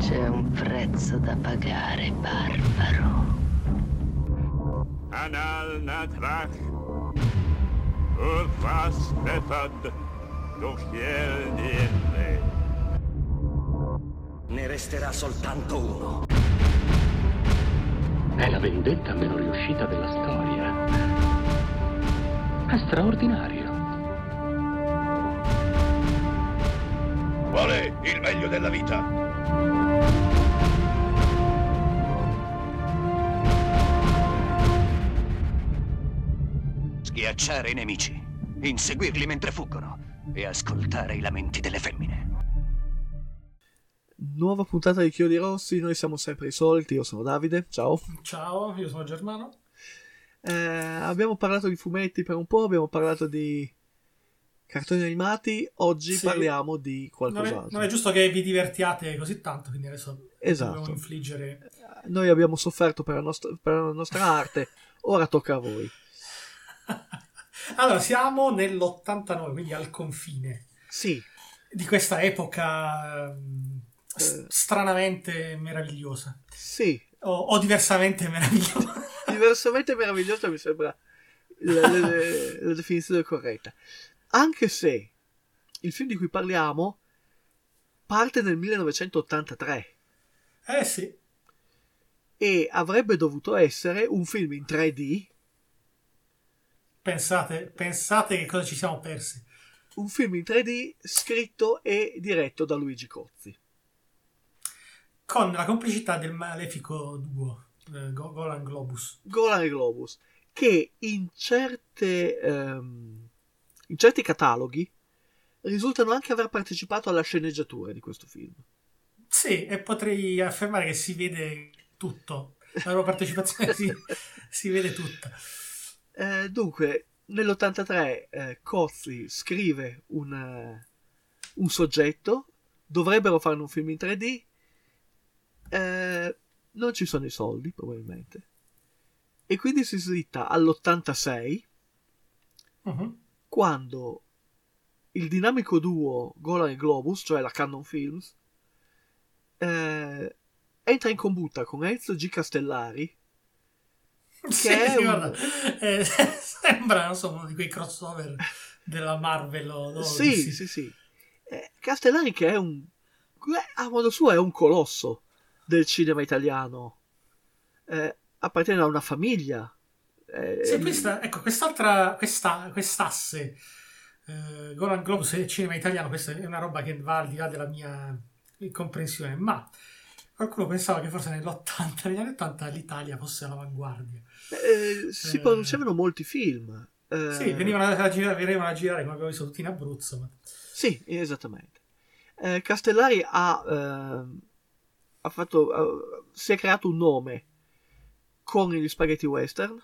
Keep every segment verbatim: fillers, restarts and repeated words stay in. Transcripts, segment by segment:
C'è un prezzo da pagare, barbaro. Anal natrach, urfas befad, dochiel niente. Ne resterà soltanto uno. È la vendetta meno riuscita della storia. È straordinario. Qual è il meglio della vita? Schiacciare i nemici, inseguirli mentre fuggono e ascoltare i lamenti delle femmine. Nuova puntata di Chiodi Rossi, noi siamo sempre i soliti, io sono Davide, ciao. Ciao, io sono Germano. Eh, abbiamo parlato di fumetti per un po', abbiamo parlato di cartoni animati, oggi Sì. parliamo di qualcos'altro. Non è, non è giusto che vi divertiate così tanto, quindi adesso Esatto. dobbiamo infliggere... Noi abbiamo sofferto per la nostra, per la nostra arte, ora tocca a voi. Allora, siamo nell'ottantanove, quindi al confine Sì. di questa epoca ehm, s- Eh. stranamente meravigliosa. Sì, O, o diversamente meravigliosa. diversamente meravigliosa mi sembra la, la- la definizione corretta. Anche se il film di cui parliamo parte nel millenovecentottantatré Eh sì, e avrebbe dovuto essere un film in tre D, pensate, pensate che cosa ci siamo persi. un film in tre D scritto e diretto da Luigi Cozzi. Con la complicità del malefico duo, eh, Go- Golan Globus. Golan e Globus, che in certe ehm, in certi cataloghi risultano anche aver partecipato alla sceneggiatura di questo film. Sì, e potrei affermare che si vede tutto. La loro partecipazione si, si vede tutta. Eh, dunque, nell'ottantatré eh, Cozzi scrive un, eh, un soggetto, dovrebbero farne un film in tre D, eh, non ci sono i soldi probabilmente, e quindi si slitta all'ottantasei, Mhm. quando il dinamico duo Golan e Globus, cioè la Cannon Films, eh, entra in combutta con Enzo G. Castellari, Sì, è sì, un- guarda, eh, sembra insomma uno di quei crossover della Marvel o o sì, D C. sì, sì. Eh, Castellari che è un eh, a modo suo è un colosso del cinema italiano, eh, appartiene a una famiglia. eh, Sì, questa, ecco, quest'altra, questa, quest'asse, eh, Golan Globus e cinema italiano, questa è una roba che va al di là della mia comprensione, ma qualcuno pensava che forse nell'ottanta, negli anni ottanta l'Italia fosse all'avanguardia. eh, si Eh. producevano molti film. eh, Sì, venivano a girare, venivano a girare come abbiamo visto tutti in Abruzzo, ma... Sì, esattamente. Eh, Castellari ha, ehm, ha fatto, eh, si è creato un nome con gli spaghetti western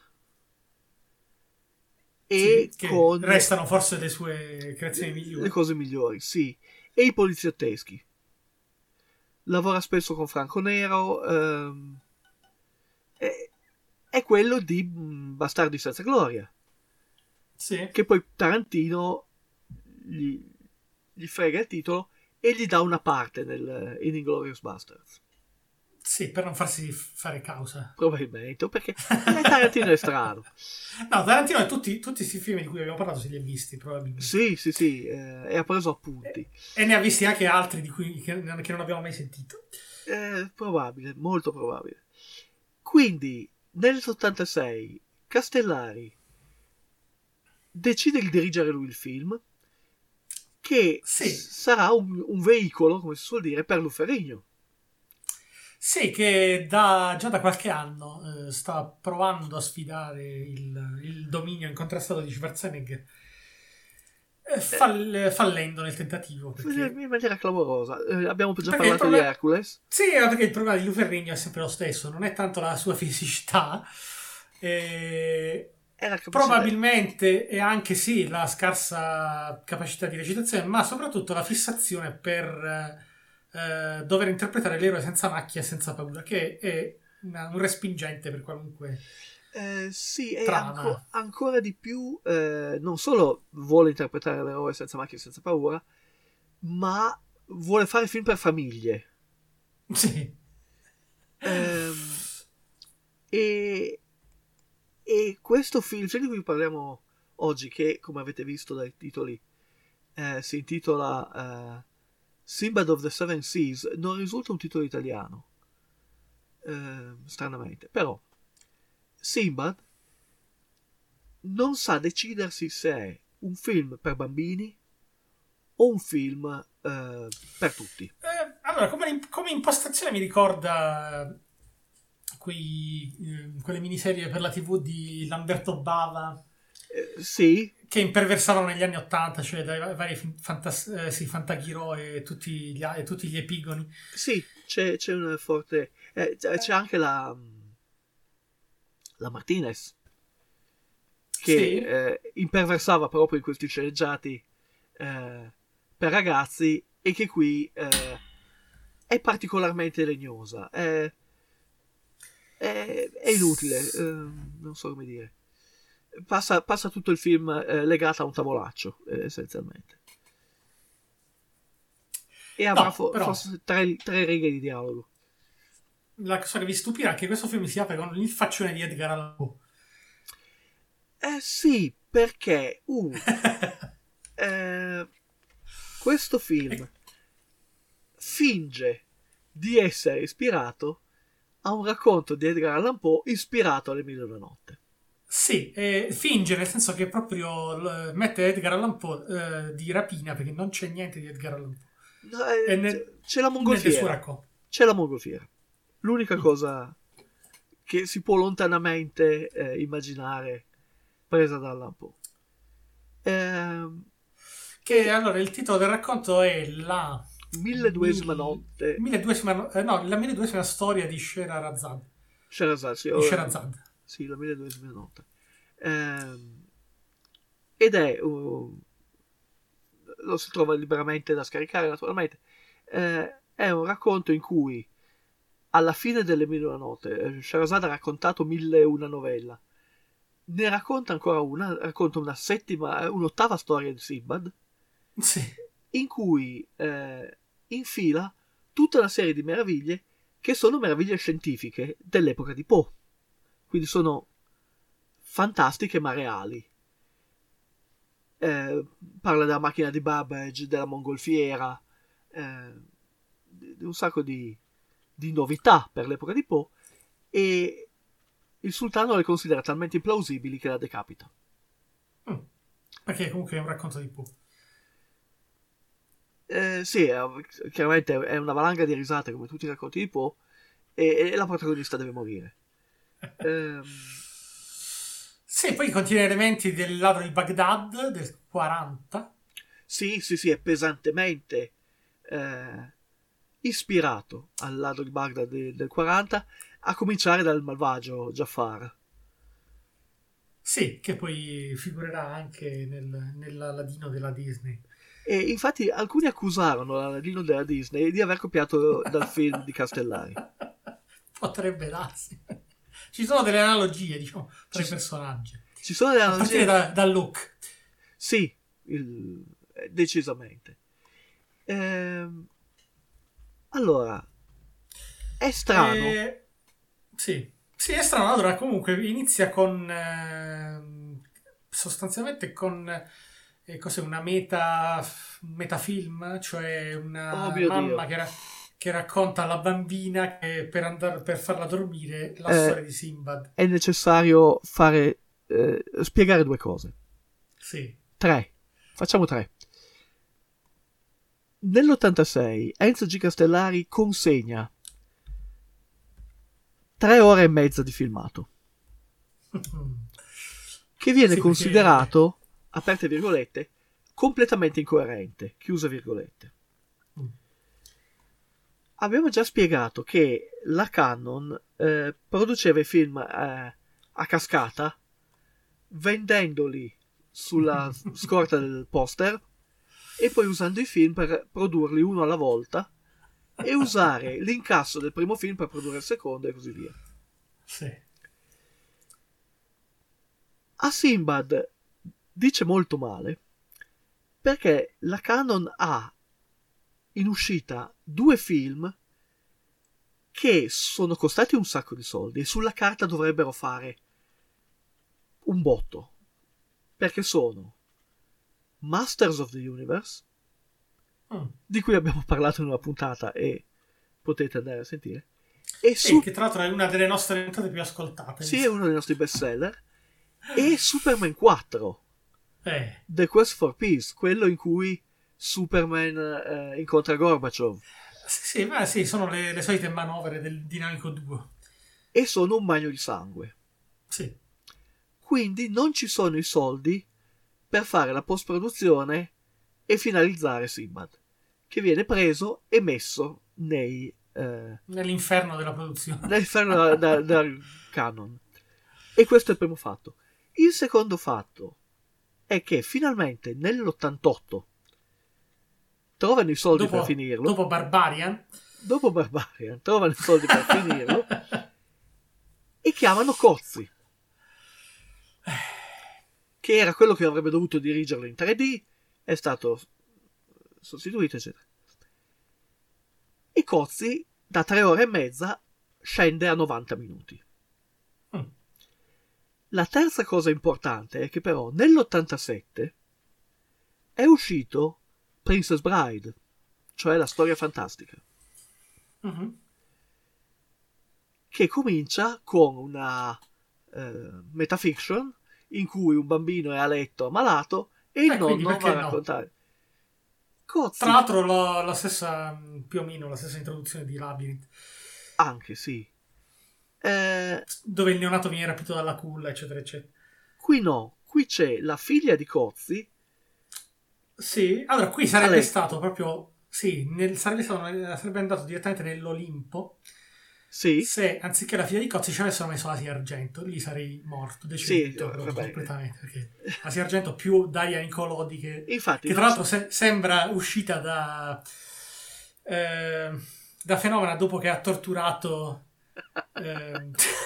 e Sì, che con restano forse le sue creazioni migliori. le cose migliori, sì, e i poliziotteschi. Lavora spesso con Franco Nero, ehm, è, è quello di mm, Bastardi senza gloria, Sì. che poi Tarantino gli, gli frega il titolo e gli dà una parte nel, in Inglourious Basterds, Sì, per non farsi fare causa. probabilmente, o perché eh, Tarantino è strano. No, Tarantino e tutti, tutti questi film di cui abbiamo parlato se li ha visti probabilmente. Sì, sì, sì, eh, e ha preso appunti. E ne ha visti anche altri di cui che, non- che non abbiamo mai sentito. Eh, probabile, molto probabile. Quindi, nell'ottantasei, Castellari decide di dirigere lui il film, che Sì. s- sarà un, un veicolo, come si suol dire, per Lou Ferrigno. Sì, che da, già da qualche anno eh, sta provando a sfidare il, il dominio incontrastato di Schwarzenegger, eh, fall- fallendo nel tentativo. Perché, In maniera clamorosa. Eh, abbiamo già Perché parlato il problema- di Hercules. sì, perché il problema di Lou Ferrigno è sempre lo stesso, non è tanto la sua fisicità, eh, È la capacità- probabilmente è anche sì la scarsa capacità di recitazione, ma soprattutto la fissazione per eh, dover interpretare l'eroe senza macchia e senza paura, che è una- un respingente per qualunque... Eh, sì, e Trama. anco- ancora di più, eh, non solo vuole interpretare l'eroe senza macchie e senza paura, ma vuole fare film per famiglie. Sì. Ehm, e, e questo film, cioè di cui parliamo oggi, che come avete visto dai titoli eh, si intitola eh, Sinbad of the Seven Seas, non risulta un titolo italiano, eh, stranamente. Però Sinbad non sa decidersi se è un film per bambini o un film eh, per tutti. Eh, allora, come, come impostazione mi ricorda quei, eh, quelle miniserie per la tivù di Lamberto Bava, Eh, sì, che imperversavano negli anni Ottanta, cioè dai vari fin- fantas- eh, sì, Fantachiro e tutti gli, e tutti gli epigoni. sì, c'è, c'è una forte... eh, c'è c'è anche la, la Martinez, che Sì. eh, imperversava proprio in questi sceneggiati eh, per ragazzi, e che qui eh, è particolarmente legnosa. È, è, è inutile, eh, non so come dire. Passa, passa tutto il film eh, legato a un tavolaccio, eh, essenzialmente. E avrà No, fo- però- forse tre, tre righe di dialogo. La cosa che vi stupirà è che questo film si apre con il faccione di Edgar Allan Poe. Eh sì, perché uh, eh, questo film finge di essere ispirato a un racconto di Edgar Allan Poe ispirato alle Mille e una notte. Sì, eh, finge nel senso che proprio l- mette Edgar Allan Poe eh, di rapina, perché non c'è niente di Edgar Allan Poe. No, eh, E nel- c'è la nel suo mongolfiera. racconto. C'è la mongolfiera. L'unica cosa che si può lontanamente eh, immaginare presa da Allan Poe. Ehm, Che allora il titolo del racconto è la milleduesima mil- notte. milleduesima no- eh, no, la milleduesima storia di Scheherazade. Scheherazade, sì, Di oh, Scheherazade. sì, la milleduesima notte. Ehm, ed è uh, lo si trova liberamente da scaricare, naturalmente. Eh, è un racconto in cui alla fine delle Mille e una notte eh, Scheherazade ha raccontato mille e una novella, ne racconta ancora una, racconta una settima, un'ottava storia di Sinbad, Sì. in cui eh, infila tutta una serie di meraviglie che sono meraviglie scientifiche dell'epoca di Poe, quindi sono fantastiche ma reali. Eh, parla della macchina di Babbage, della mongolfiera, eh, di un sacco di, di novità per l'epoca di Poe, e il sultano le considera talmente implausibili che la decapita. Mm. Perché comunque è un racconto di Poe. Eh, sì, è, chiaramente è una valanga di risate come tutti i racconti di Poe, e, e la protagonista deve morire. Ehm, Sì, poi contiene elementi del ladro di Baghdad del quaranta. sì, sì, sì, è pesantemente eh, ispirato al ladro di Baghdad de- del quaranta, a cominciare dal malvagio Jafar. Sì, che poi figurerà anche nel, nell'Aladino della Disney. E infatti alcuni accusarono l'Aladino della Disney di aver copiato dal film di Castellari. Potrebbe darsi. Ci sono delle analogie, diciamo, tra Ci i personaggi. Ci sono delle A partire analogie? da, dal look. Sì, il- eh, decisamente. Ehm, allora, è strano. Eh, sì. Sì, è strano. Allora, comunque, inizia con... ehm, sostanzialmente con... eh, cos'è? Una meta... metafilm? Cioè una Oh mio mamma Dio. che, ra- che racconta alla bambina che per, andar- per farla dormire la Eh. storia di Sinbad. È necessario fare eh, spiegare due cose. Sì. Tre. Facciamo tre. Nell'ottantasei Enzo G. Castellari consegna tre ore e mezza di filmato, che viene Sì, considerato, aperte virgolette, completamente incoerente, chiuse virgolette. Mm. Abbiamo già spiegato che la Canon eh, produceva i film eh, a cascata, vendendoli sulla scorta del poster e poi usando i film per produrli uno alla volta e usare l'incasso del primo film per produrre il secondo e così via. Sì. A Sinbad dice molto male perché la Canon ha in uscita due film che sono costati un sacco di soldi e sulla carta dovrebbero fare un botto, perché sono Masters of the Universe, Mm. di cui abbiamo parlato in una puntata e potete andare a sentire, e Sì, su- che tra l'altro è una delle nostre puntate più ascoltate. sì, è uno dei nostri best seller, e Superman quattro, Eh, The Quest for Peace, quello in cui Superman eh, incontra Gorbaciov, sì, sì, ma sì, sono le, le solite manovre del dinamico duo. e sono un bagno di sangue. Sì. Quindi non ci sono i soldi per fare la post-produzione e finalizzare Sinbad, che viene preso e messo nei, eh, Nell'inferno della produzione. nell'inferno da- da- dal canon. E questo è il primo fatto. Il secondo fatto è che finalmente nell'ottantotto trovano i soldi Dopo, per finirlo. dopo Barbarian. Dopo Barbarian trovano i soldi per finirlo e chiamano Cozzi, che era quello che avrebbe dovuto dirigerlo in tre D, è stato sostituito, eccetera. E Cozzi da tre ore e mezza scende a novanta minuti. Mm. La terza cosa importante è che però nell'ottantasette è uscito Princess Bride, cioè la storia fantastica, Mhm. che comincia con una eh, metafiction in cui un bambino è a letto ammalato e il Eh, quindi nonno va perché a no? raccontare. Cozzi, Tra l'altro lo- la stessa, più o meno la stessa introduzione di Labyrinth, anche sì. Eh, dove il neonato viene rapito dalla culla, eccetera, eccetera. qui no, qui c'è la figlia di Cozzi. Sì, allora qui sarebbe Alex. stato proprio, sì, nel- sarebbe, stato, sarebbe andato direttamente nell'Olimpo Sì, se anziché la figlia di Cozzi ci avessero messo Asia Argento, lì sarei morto, sì, deceduto proprio vabbè. completamente, perché Asia Argento più Daria Nicolodi che, Infatti, che tra l'altro se- sembra uscita da eh, da Fenomena dopo che ha torturato eh,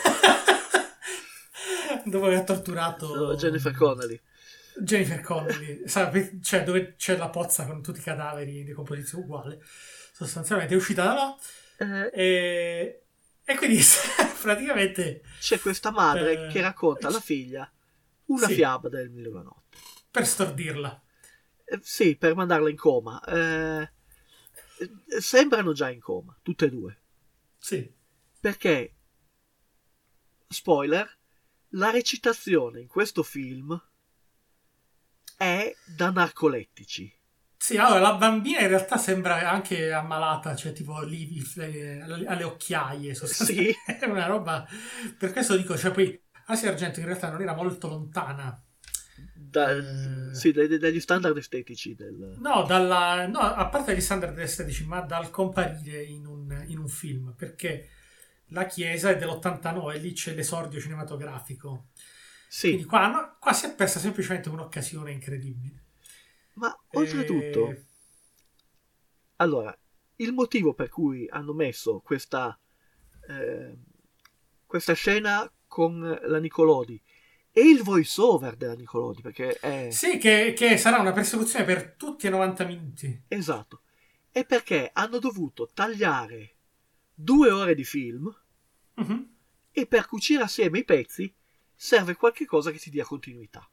dopo che ha torturato Jennifer Connelly. Jennifer Connelly, sai, cioè dove c'è la pozza con tutti i cadaveri in decomposizione uguale, sostanzialmente è uscita da là Eh, e, e quindi praticamente c'è questa madre Eh, che racconta alla figlia una sì. fiaba del Mille e una notte. per stordirla. Eh, sì, per mandarla in coma. Eh, eh, sembrano già in coma, tutte e due. Sì. Perché, spoiler, la recitazione in questo film è da narcolettici. Sì, allora la bambina in realtà sembra anche ammalata, cioè tipo lì eh, alle alle occhiaie, sostanzialmente. Sì. È una roba, per questo dico, cioè poi Asia Argento in realtà non era molto lontana. Da- Eh. sì, dai- dagli standard estetici del... No, dalla, no, a parte gli standard estetici, ma dal comparire in un, in un film, perché La Chiesa è dell'ottantanove, lì c'è l'esordio cinematografico. Sì, Quindi qua, no, qua si è persa semplicemente un'occasione incredibile. ma oltretutto... Eh, Allora, il motivo per cui hanno messo questa, eh, questa scena con la Nicolodi e il voice over della Nicolodi, perché è... Sì, che, che sarà una persecuzione per tutti e novanta minuti. Esatto, è perché hanno dovuto tagliare due ore di film Mhm. e per cucire assieme i pezzi serve qualche cosa che ti dia continuità.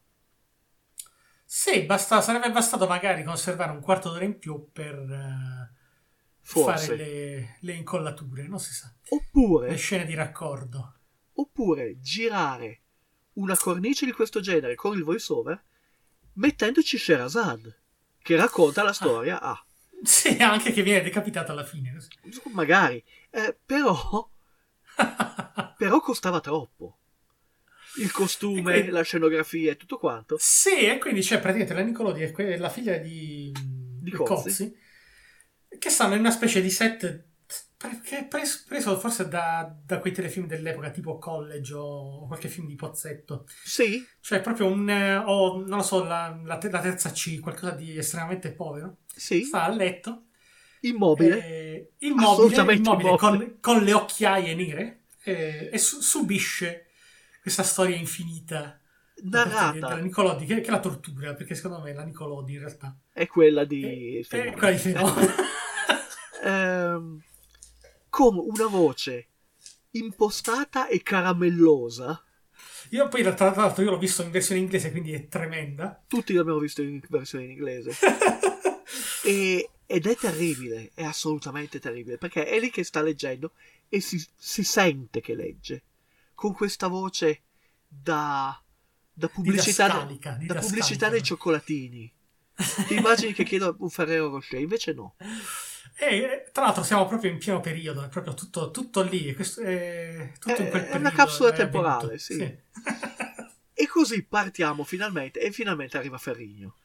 Sì, basta, sarebbe bastato magari conservare un quarto d'ora in più per eh, Forse. fare le, le incollature, non si sa. Le Oppure, scene di raccordo. oppure girare una cornice di questo genere con il voice over mettendoci Sherazade che racconta la storia a... Sì, anche che viene decapitato alla fine. Magari, eh, però però costava troppo il costume, E quindi- la scenografia e tutto quanto. Sì, e quindi c'è praticamente la Nicolodi e que- la figlia di, di Cozzi. Cozzi, che stanno in una specie di set pre- che è pres- preso forse da, da quei telefilm dell'epoca tipo College o qualche film di Pozzetto. Sì, Cioè proprio un... eh, o non lo so, la, la te- la terza C, qualcosa di estremamente povero. sì, Sta a letto. immobile, eh, immobile, Assolutamente immobile, immobile. Con, con le occhiaie nere eh, e su- subisce questa storia infinita da parte di- narrata della Nicolodi, che, che la tortura, perché secondo me la Nicolodi in realtà è quella è, di è Fenomeno. quella di Fenomeno. Ehm, con una voce impostata e caramellosa. Io poi, tra l'altro, io l'ho visto in versione inglese, quindi è tremenda. Tutti l'abbiamo visto in versione in inglese. e, ed è terribile, è assolutamente terribile, perché è lì che sta leggendo e si, si sente che legge, con questa voce da, da pubblicità, Didascalica, da didascalica. pubblicità dei cioccolatini. Ti immagini che chiedo un Ferrero Rocher, invece no. E tra l'altro siamo proprio in pieno periodo, è proprio tutto, tutto lì, è, questo, è tutto in quel È periodo. una capsula è temporale, avvenuto. sì. Sì. E così partiamo finalmente, e finalmente arriva Ferrigno.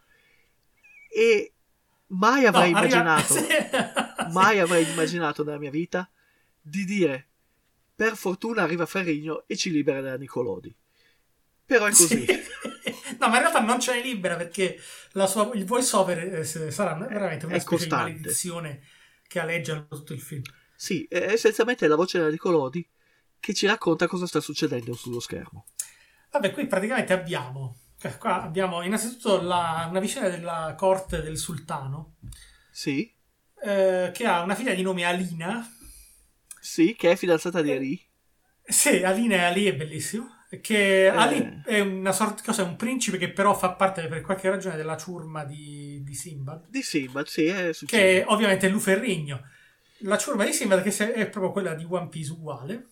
E mai avrei No, arriva- immaginato, Sì. mai avrei immaginato nella mia vita di dire, per fortuna arriva Ferrigno e ci libera da Nicolodi. Però è così. Sì. No, ma in realtà non ce n'è libera, perché la sua, il voice over eh, sarà veramente una È specie di costante. maledizione che aleggia tutto il film. Sì, è essenzialmente la voce della Nicolodi che ci racconta cosa sta succedendo sullo schermo. Vabbè, qui praticamente abbiamo, cioè, qua abbiamo innanzitutto la, una vicenda della corte del sultano, Sì, eh, che ha una figlia di nome Alina. sì, che è fidanzata di Ali. Sì, Alina e Ali è bellissimo. Che Ali Eh. è una sorta, cosa, è un principe che però fa parte per qualche ragione della ciurma di, di Sinbad, Di Sinbad, sì, è che successo. è ovviamente Luferrigno. La ciurma di Sinbad che se- è proprio quella di One Piece uguale.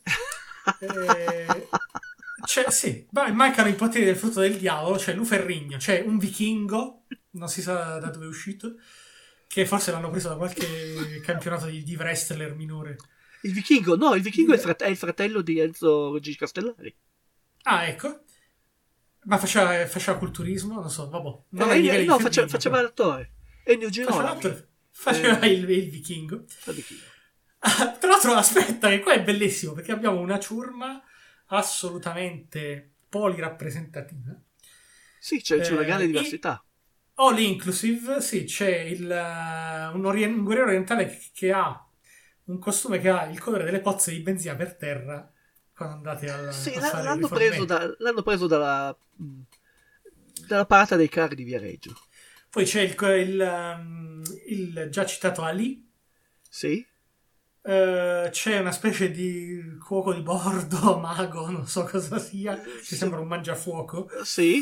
Eh, c'è, sì, ma mancano i poteri del frutto del diavolo. C'è Luferrigno, c'è un vichingo, non si sa da dove è uscito, che forse l'hanno preso da qualche campionato di, di wrestler minore. Il vichingo, no, il vichingo è il, frate- è il fratello di Enzo G. Castellari. Ah, ecco. Ma faceva, faceva culturismo? Non so, vabbè. Non Eh, ai livelli no, di face- Ferrigno, faceva però. l'attore. Ennio Faceva, Girolamo. l'attore- faceva Eh. il, il vichingo. Il vichingo. Ah, tra l'altro, aspetta, che qua è bellissimo, perché abbiamo una ciurma assolutamente polirappresentativa. Sì, c'è, c'è una Eh, grande e- diversità. All inclusive, sì, c'è il, uh, un, orien- un guerriero orientale che, che ha un costume che ha il colore delle pozze di benzina per terra quando andate al, Sì, a l- fare l'hanno, il preso rifornimento. da- l'hanno preso dalla, mh, dalla parata dei carri di Viareggio. Poi c'è il, il, um, il già citato Ali. Sì, Eh, c'è una specie di cuoco di bordo, mago, non so cosa sia, che Sì. sembra un mangiafuoco. sì,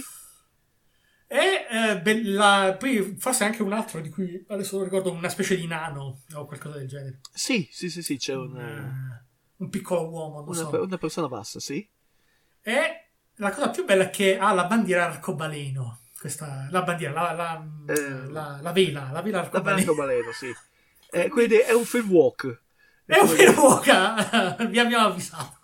E eh, be- la- poi forse anche un altro di cui adesso non ricordo, una specie di nano o qualcosa del genere. sì, sì, sì, sì, c'è Un, un, eh, un piccolo uomo, non una, so. pe- una persona bassa, sì. E la cosa più bella è che ha la bandiera arcobaleno. Questa, la bandiera, la, la, Eh, la, la vela, la vela La arcobaleno. Baleno, sì. Eh, quindi è un film walk. È un Firewalk, vi abbiamo avvisato.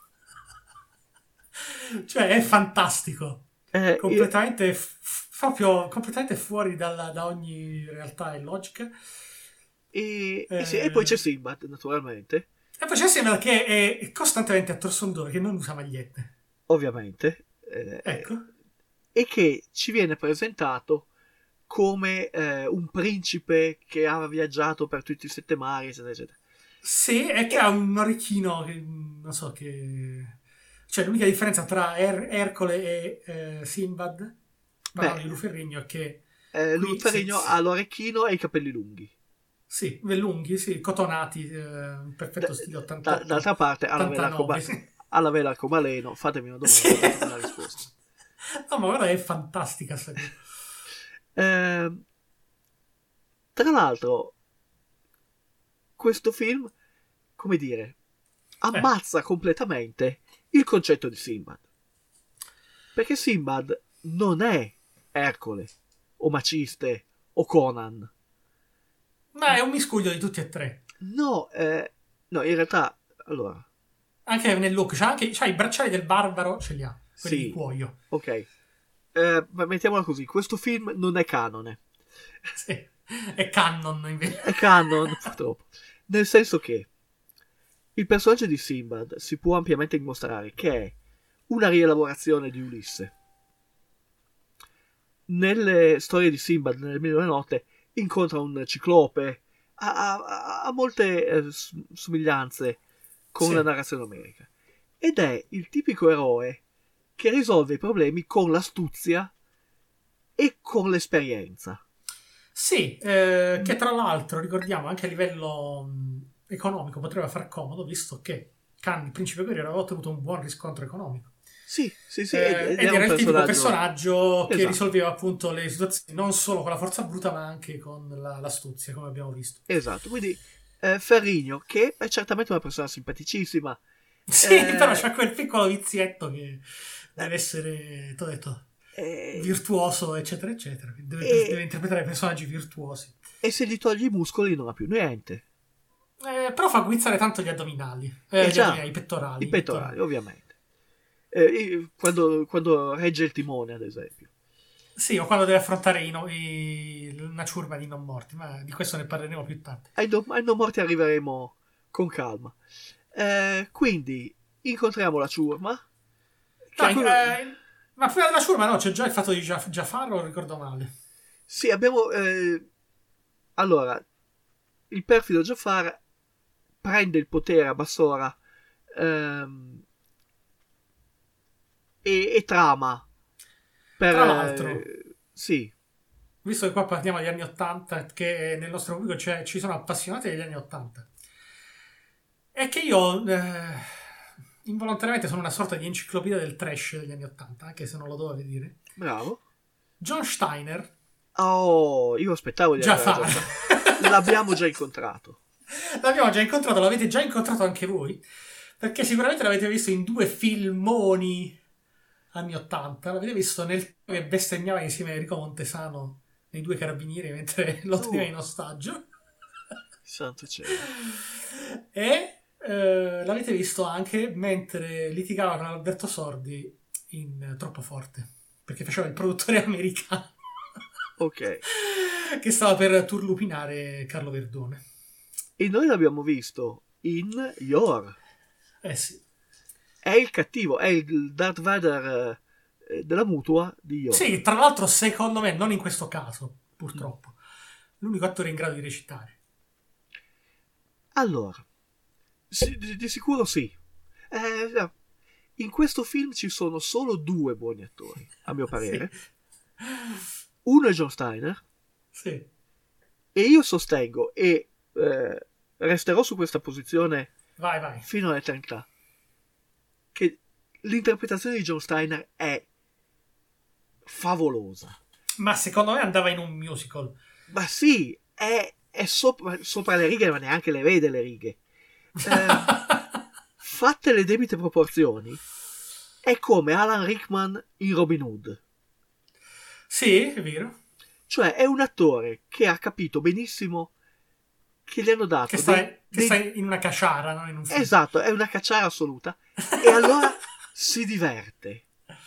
Cioè, è fantastico. Eh, Completamente, f- proprio, completamente fuori dalla- da ogni realtà e logica. E, e Eh. sì, e poi c'è Sinbad, naturalmente, E poi c'è Sembra che è costantemente a torsondore, che non usa magliette. ovviamente, eh, Ecco. e che ci viene presentato come eh, un principe che ha viaggiato per tutti i sette mari, eccetera, eccetera. Sì, è che ha un orecchino che non so che. Cioè, l'unica differenza tra Er- Ercole e eh, Sinbad, parlando Beh. di Luferrigno, è che Eh, Qui, lui Ferrigno sì, sì. ha l'orecchino e i capelli lunghi. sì, lunghi, sì, cotonati, eh, in perfetto Da- stile da- ottantotto. d'altra parte ha la vela ottantanove, arcoba- sì. ha la vela arcobaleno. Fatemi una domanda, Sì. datemi una risposta. No, ma guarda, è fantastica sta cosa. Eh, tra l'altro, questo film, come dire, ammazza completamente il concetto di Sinbad. Perché Sinbad non è Ercole, o Maciste, o Conan. Ma è un miscuglio di tutti e tre. No, eh, no, in realtà, allora, Anche nel look, c'ha anche c'ha i bracciali del barbaro, ce li ha, quelli Sì. di cuoio. ok. Eh, ma mettiamola così, questo film non è canone. Sì. È canon invece. È canon, purtroppo. Nel senso che il personaggio di Sinbad si può ampiamente dimostrare che è una rielaborazione di Ulisse. Nelle storie di Sinbad, nelle Mille Notte, incontra un ciclope, ha, ha- ha molte eh, s- somiglianze con Sì. la narrazione omerica. Ed è il tipico eroe che risolve i problemi con l'astuzia e con l'esperienza. Sì, eh, che tra l'altro ricordiamo anche a livello mh, economico potrebbe far comodo, visto che Khan, il principe guerriero, aveva ottenuto un buon riscontro economico. Sì, sì, sì. Eh, ed, ed era il tipico personaggio che esatto. risolveva appunto le situazioni non solo con la forza bruta, ma anche con la, l'astuzia, come abbiamo visto. Esatto, quindi eh, Ferrigno, che è certamente una persona simpaticissima. Sì, eh, però c'è quel piccolo vizietto che deve essere, t'ho detto, eh, virtuoso, eccetera, eccetera. Deve, e, deve interpretare personaggi virtuosi. E se gli togli i muscoli non ha più niente. Eh, però fa guizzare tanto gli addominali, eh, Eh, gli già, addominali, i pettorali. I pettorali, ovviamente. Eh, quando, quando regge il timone, ad esempio. Sì, o quando deve affrontare i no, i, una ciurma di non morti, ma di questo ne parleremo più tardi. Ai, no, ai non morti arriveremo con calma. Eh, quindi incontriamo la ciurma. No, Quello... eh, ma prima della ciurma no, c'è già il fatto di Gia- Jafar, o ricordo male? Sì, abbiamo... Eh... Allora, il perfido Jafar prende il potere a Bassora ehm, e, e trama per... Tra l'altro, eh, sì. Visto che qua parliamo degli anni ottanta, che nel nostro pubblico c'è, ci sono appassionati degli anni ottanta, è che io eh, involontariamente sono una sorta di enciclopedia del trash degli anni ottanta, anche se non lo dovevo dire. Bravo. John Steiner, Oh, io aspettavo di Jafar. già... L'abbiamo già incontrato. L'abbiamo già incontrato, l'avete già incontrato anche voi, perché sicuramente l'avete visto in due filmoni anni ottanta. L'avete visto nel che bestemmiava insieme a Enrico Montesano nei Due Carabinieri mentre lo teneva Oh. in ostaggio. Santo cielo. E eh, l'avete visto anche mentre litigava con Alberto Sordi in Troppo Forte, perché faceva il produttore americano Ok. che stava per turlupinare Carlo Verdone. E noi l'abbiamo visto in Yor. Eh sì. È il cattivo, è il Darth Vader eh, della mutua di Yor. Sì, tra l'altro secondo me, non in questo caso, purtroppo, l'unico attore in grado di recitare. Allora, sì, di, di sicuro sì. Eh, no. In questo film ci sono solo due buoni attori, a mio parere. Sì. Uno è John Steiner, Sì. e io sostengo, e eh, resterò su questa posizione Vai, vai. fino all'eternità, che l'interpretazione di John Steiner è favolosa. Ma secondo me andava in un musical. Ma sì, è, è sopra, sopra le righe, ma neanche le vede le righe. Eh, fatte le debite proporzioni, è come Alan Rickman in Robin Hood. Sì, è vero. Cioè è un attore che ha capito benissimo che gli hanno dato Che sta, dei- che dei- sta in una caciara, non in un film. esatto, è una cacciara assoluta, e allora si diverte,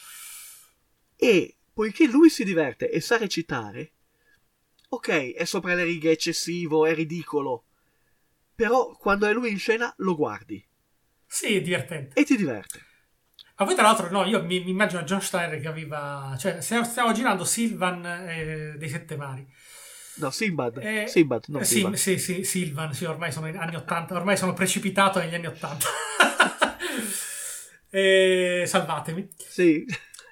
e poiché lui si diverte e sa recitare, ok, è sopra le righe, è eccessivo, è ridicolo, però quando è lui in scena lo guardi Sì, è divertente. e ti diverte. Ma poi tra l'altro, no, io mi, mi immagino John Steiner che aveva... Cioè, stiamo, stiamo girando Sylvan eh, dei Sette Mari. No, Sinbad, Eh, Sinbad, non eh, sì, Sinbad. sì, sì, Sylvan, sì, ormai sono in anni ottanta, ormai sono precipitato negli anni ottanta. Eh, salvatemi. Sì.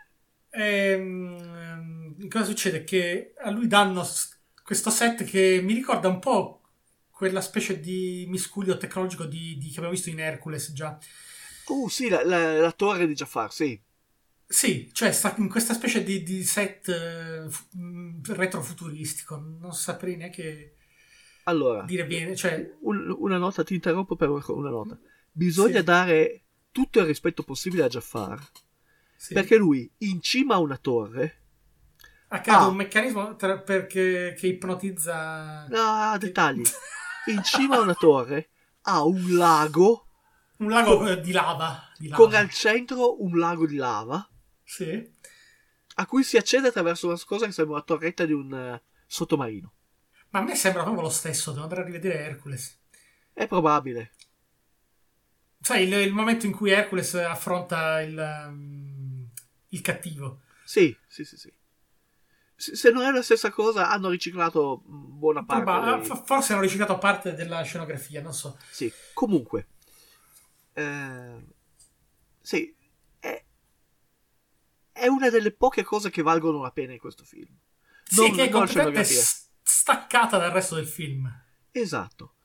Ehm, cosa succede? Che a lui danno s- questo set che mi ricorda un po' quella specie di miscuglio tecnologico di, di- che abbiamo visto in Hercules già. Uh, sì, la, la, la torre di Jafar, sì. Sì, cioè sta in questa specie di, di set eh, fu- mh, retrofuturistico, non saprei neanche Allora, dire bene, cioè un- una nota, ti interrompo per una nota. Bisogna Sì. dare tutto il rispetto possibile a Jafar, sì. perché lui in cima a una torre, ha creato Ah. un meccanismo tra- perché, che ipnotizza ah, dettagli, in cima a una torre ha un lago un lago eh, di lava, di lava. con al centro un lago di lava Sì. a cui si accede attraverso una cosa che sembra una torretta di un eh, sottomarino. Ma a me sembra proprio lo stesso, devo andare a rivedere Hercules. È probabile. Sai, il, il momento in cui Hercules affronta il, um, il cattivo. Sì, sì, sì, sì. Se se non è la stessa cosa, hanno riciclato mm, buona parte. Proba- dei- f- forse hanno riciclato parte della scenografia, non so. Sì, comunque, eh, sì, è, è una delle poche cose che valgono la pena in questo film. Sì, Non- che è non la completamente scenografia. s- staccata dal resto del film. Esatto.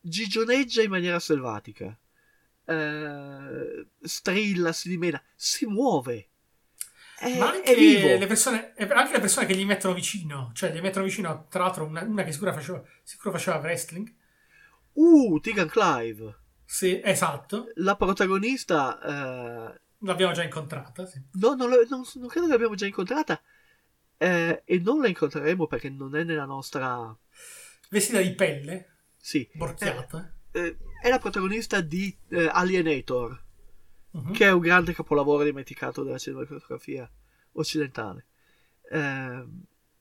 gigioneggia in maniera selvatica, eh, strilla, si dimena, si muove. È, Ma anche è vivo. le persone, anche le persone che gli mettono vicino, cioè gli mettono vicino, tra l'altro, una, una che sicuro faceva, sicuro faceva wrestling. Uh, Tegan Clive. Sì, esatto. La protagonista. Eh, L'abbiamo già incontrata. Sì. no, non, lo- non- non credo che l'abbiamo già incontrata. eh, e non la incontreremo perché non è nella nostra. Vestita di pelle, Sì. borchiata. Eh, è la protagonista di eh, Alienator, Mhm. che è un grande capolavoro dimenticato della cinematografia occidentale. Ehm,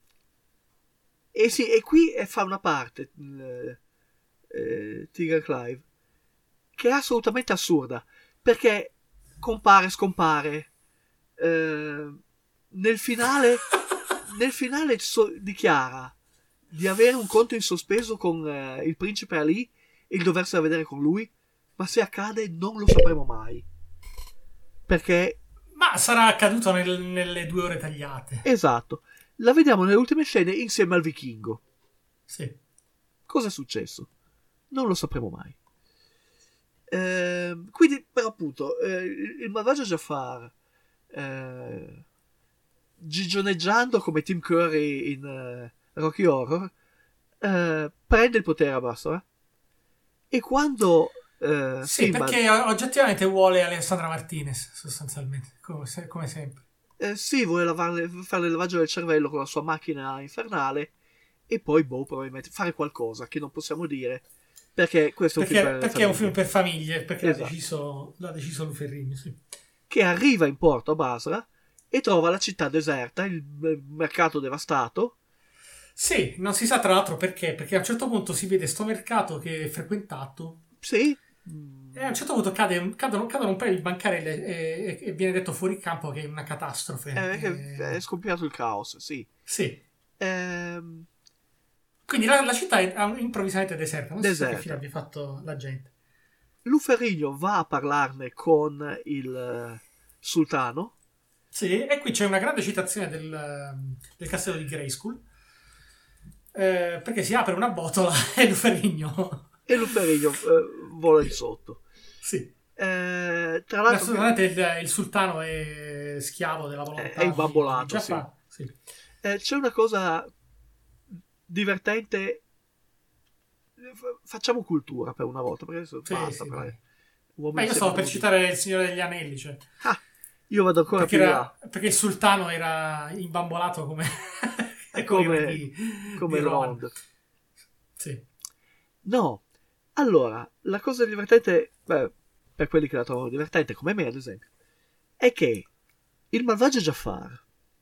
e sì, e qui eh, fa una parte eh, eh, Tegan Clive che è assolutamente assurda, perché compare, scompare. Eh, nel finale, nel finale so- dichiara di avere un conto in sospeso con eh, il principe Ali e il doversela vedere con lui, ma se accade non lo sapremo mai. Perché, Ma sarà accaduto nel- nelle due ore tagliate. esatto, la vediamo nelle ultime scene insieme al vichingo. Sì. Cosa è successo? Non lo sapremo mai. Ehm, quindi, però, appunto, eh, il il malvagio Jafar, eh, gigioneggiando come Tim Curry in eh, Rocky Horror, eh, prende il potere a Basra e quando eh, Sì, Sinbad, perché oggettivamente vuole Alessandra Martinez, sostanzialmente, come, se- come sempre. eh, sì, vuole lavarle- fare il lavaggio del cervello con la sua macchina infernale e poi, boh, probabilmente fare qualcosa che non possiamo dire perché questo è un Perché, film per perché è un film famiglie. per famiglie, perché Esatto. l'ha deciso, l'ha deciso Luferrigno, sì. Che arriva in porto a Basra e trova la città deserta, il eh, mercato devastato. Sì, non si sa tra l'altro perché, perché a un certo punto si vede sto mercato che è frequentato Sì, e a un certo punto cade- cadono, cadono un paio di bancarelle e, e- e viene detto fuori campo che è una catastrofe. è, Eh, è scoppiato il caos, sì. sì. Ehm, Quindi la, la città è ah, improvvisamente deserta, non si sa Deserta. che fine abbia fatto la gente. Luferrigno va a parlarne con il eh, sultano. Sì, e qui c'è una grande citazione del, del castello di Grayskull, eh, perché si apre una botola e Luferrigno... E Luferrigno eh, vola di sotto. Sì. Eh, tra l'altro, Assolutamente il, il sultano è schiavo della volontà. È imbambolato, di sì. Jafar. Sì. eh, c'è una cosa divertente. F- Facciamo cultura per una volta, perché adesso Sì, basta. sì, per- dai. uomini Ma io sempre stavo per nudi. citare il Signore degli Anelli, cioè, Ah, io vado ancora perché, più in era- là. perché il sultano era imbambolato come, È come, come, i re di- come di Rohan. Rond. Sì. No, allora, la cosa divertente, beh, per quelli che la trovano divertente, come me ad esempio, è che il malvagio Jafar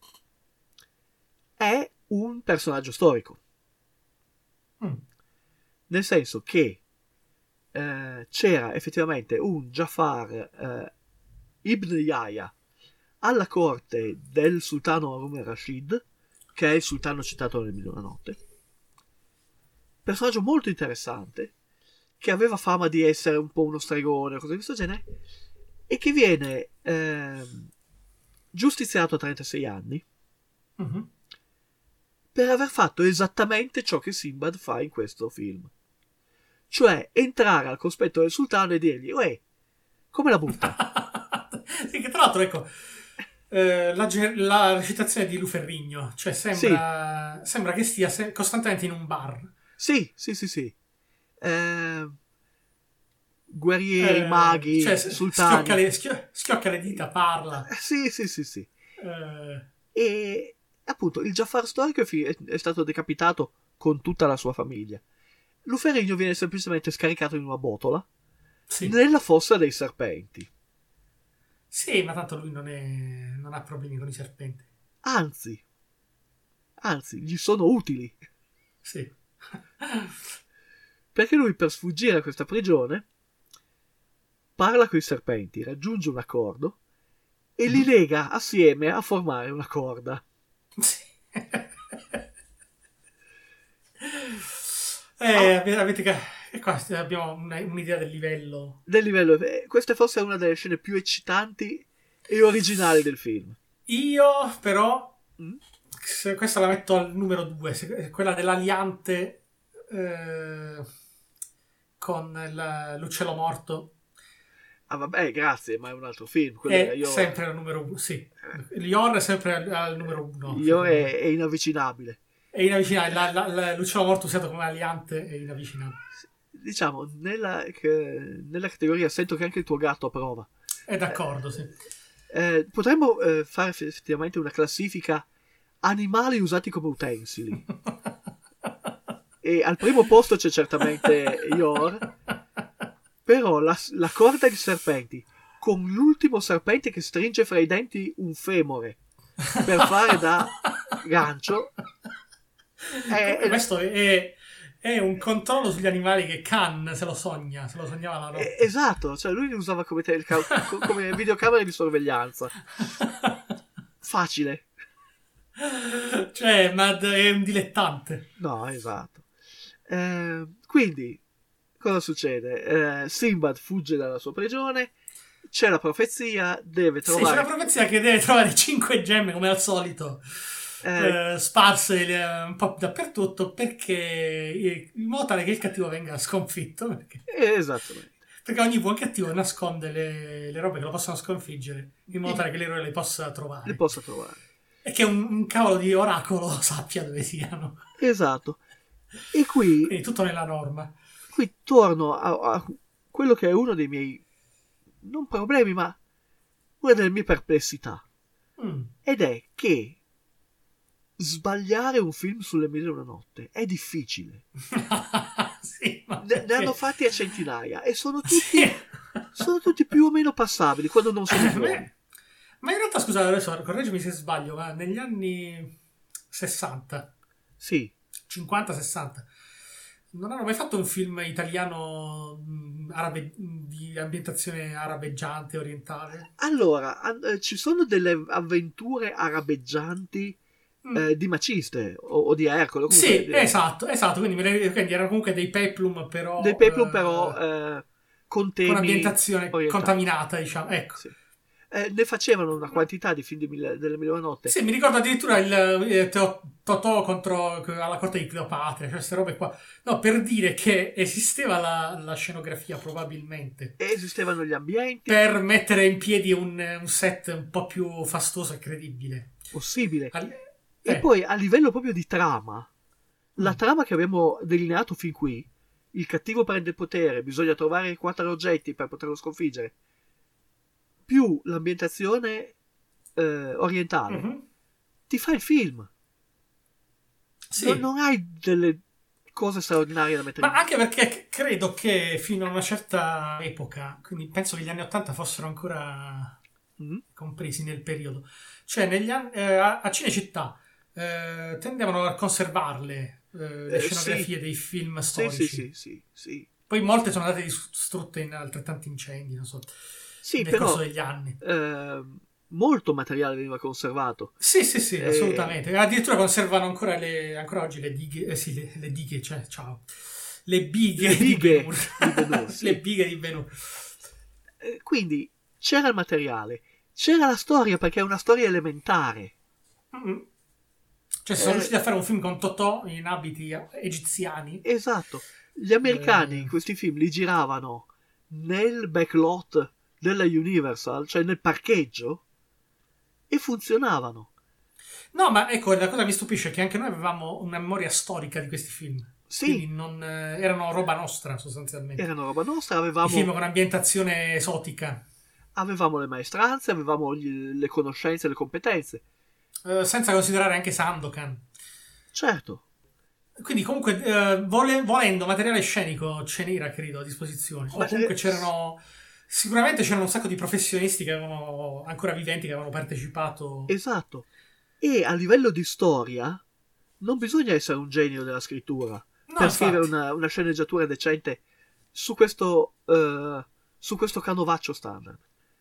è un personaggio storico. Mm. Nel senso che eh, c'era effettivamente un Jafar eh, Ibn Yahya alla corte del sultano Harun al-Rashid, che è il sultano citato nel Mille e una notte. Personaggio molto interessante, che aveva fama di essere un po' uno stregone o cose di questo genere, e che viene ehm, giustiziato a trentasei anni Mhm. per aver fatto esattamente ciò che Sinbad fa in questo film. Cioè entrare al cospetto del sultano e dirgli: uè, come la butta? Sì, che tra l'altro, ecco, eh, la, ge- la recitazione di Luferrigno, cioè sembra, sembra che stia se- costantemente in un bar. Sì, sì, sì, sì. Eh, guerrieri, Eh, maghi, cioè, s- sultani. Schiocca le, schio- schiocca le dita, parla. Eh, Sì, sì, sì, sì. Eh, E appunto il Jafar storico è, fi- è stato decapitato con tutta la sua famiglia. Luferrigno viene semplicemente scaricato in una botola sì. nella fossa dei serpenti. Sì, ma tanto lui non, è, non ha problemi con i serpenti. Anzi, anzi, gli sono utili. Sì. Perché lui, per sfuggire a questa prigione, parla con i serpenti, raggiunge un accordo e li lega assieme a formare una corda. Sì. eh, avete, avete ca- e qua abbiamo una- un'idea del livello. Del livello, eh, questa forse è una delle scene più eccitanti e originali del film. Io, però, Mm? se- questa la metto al numero due, quella dell'aliante eh, con il- l'uccello morto. Ah vabbè, grazie, ma è un altro film. Quello È era Yor. sempre al numero uno, sì. Yor è sempre al, al numero uno. Yor è, è inavvicinabile. È inavvicinabile. La- la- la- l'uccello morto usato come aliante è inavvicinabile. Diciamo, nella, che- nella categoria sento che anche il tuo gatto approva. È d'accordo, sì. Eh, potremmo eh, fare effettivamente una classifica animali usati come utensili. E al primo posto c'è certamente Yor, però la, la corda di serpenti con l'ultimo serpente che stringe fra i denti un femore per fare da gancio è, è- Questo è, è un controllo sugli animali che Khan se lo sogna, se lo sognava la notte. è- esatto, cioè lui li usava come, teleca- co- come videocamere di sorveglianza. Facile. Cioè, ma è un dilettante. No, esatto. Eh, quindi, cosa succede? Eh, Sinbad fugge dalla sua prigione, c'è la profezia, deve Sì, c'è trovare... una profezia che deve trovare cinque gemme, come al solito, eh, eh, sparse eh, un po' dappertutto, perché eh, in modo tale che il cattivo venga sconfitto. Perché, eh, esattamente. perché ogni buon cattivo nasconde le, le robe che lo possono sconfiggere, in modo tale che l'eroe le possa trovare. Le possa trovare. E che un, un cavolo di oracolo sappia dove siano. Esatto. E qui, Quindi tutto nella norma. qui torno a, a quello che è uno dei miei, non problemi, ma una delle mie perplessità. Mm. Ed è che sbagliare un film sulle mille e una notte è difficile. Sì, ma Ne, ne perché- hanno fatti a centinaia e sono tutti, Sì. sono tutti più o meno passabili quando non sono buoni. Beh, ma in realtà, scusate, adesso correggimi se sbaglio, ma negli anni sessanta, Sì, cinquanta sessanta, non hanno mai fatto un film italiano mh, arabe- di ambientazione arabeggiante, orientale? allora an- eh, ci sono delle avventure arabeggianti Mm. eh, di Maciste o, o di Ercole. comunque, Sì, direi. esatto, esatto, quindi, me ne- quindi erano comunque dei peplum però... Dei peplum eh, però eh, con temi con ambientazione orientali. contaminata, diciamo, ecco. Sì. Eh, ne facevano una quantità di film di mille- delle mille e una notte. Sì, mi ricordo addirittura il eh, Teo- Totò contro alla corte di Cleopatra, cioè queste robe qua. No, per dire che esisteva la, la scenografia probabilmente E esistevano gli ambienti, per mettere in piedi un, un set un po' più fastoso e credibile. possibile. Al- E eh, poi a livello proprio di trama, la Mm. trama che abbiamo delineato fin qui, il cattivo prende il potere, bisogna trovare quattro oggetti per poterlo sconfiggere, più l'ambientazione eh, orientale, mhm. ti fa il film. Sì. Non, non hai delle cose straordinarie da mettere Ma in... anche perché c- credo che fino a una certa epoca, quindi penso che gli anni ottanta fossero ancora Mm? compresi nel periodo, cioè negli anni, eh, a, a Cinecittà eh, tendevano a conservarle eh, le Eh, scenografie sì. dei film Sì, storici. sì, sì, sì, sì. Poi molte sono andate distrutte in altrettanti incendi, non so, Sì, nel però corso degli anni. eh, molto materiale veniva conservato. Sì, sì, sì, Eh, assolutamente. Addirittura conservano ancora, le, ancora oggi le dighe, eh, sì, le, le dighe, cioè, ciao, le bighe, Le di bighe Ben-Hur. di Ben-Hur, sì. Le bighe di Ben-Hur. Eh, quindi c'era il materiale, c'era la storia perché è una storia elementare. Mm. Cioè, sono Eh. riusciti a fare un film con Totò in abiti egiziani. Esatto. Gli americani Eh. in questi film li giravano nel backlot della Universal, cioè nel parcheggio, e funzionavano. No, ma ecco, la cosa che mi stupisce è che anche noi avevamo una memoria storica di questi film. Sì. Quindi non, eh, erano roba nostra, sostanzialmente. Erano roba nostra, I film avevamo, con ambientazione esotica. avevamo le maestranze, avevamo gli- le conoscenze, le competenze. Eh, senza considerare anche Sandokan. Certo. Quindi comunque eh, vole- volendo materiale scenico ce n'era credo a disposizione. O Ma, comunque eh, c'erano sicuramente c'erano un sacco di professionisti che avevano ancora viventi che avevano partecipato. Esatto. E a livello di storia non bisogna essere un genio della scrittura No, per infatti. scrivere una, una sceneggiatura decente su questo, eh, su questo canovaccio standard.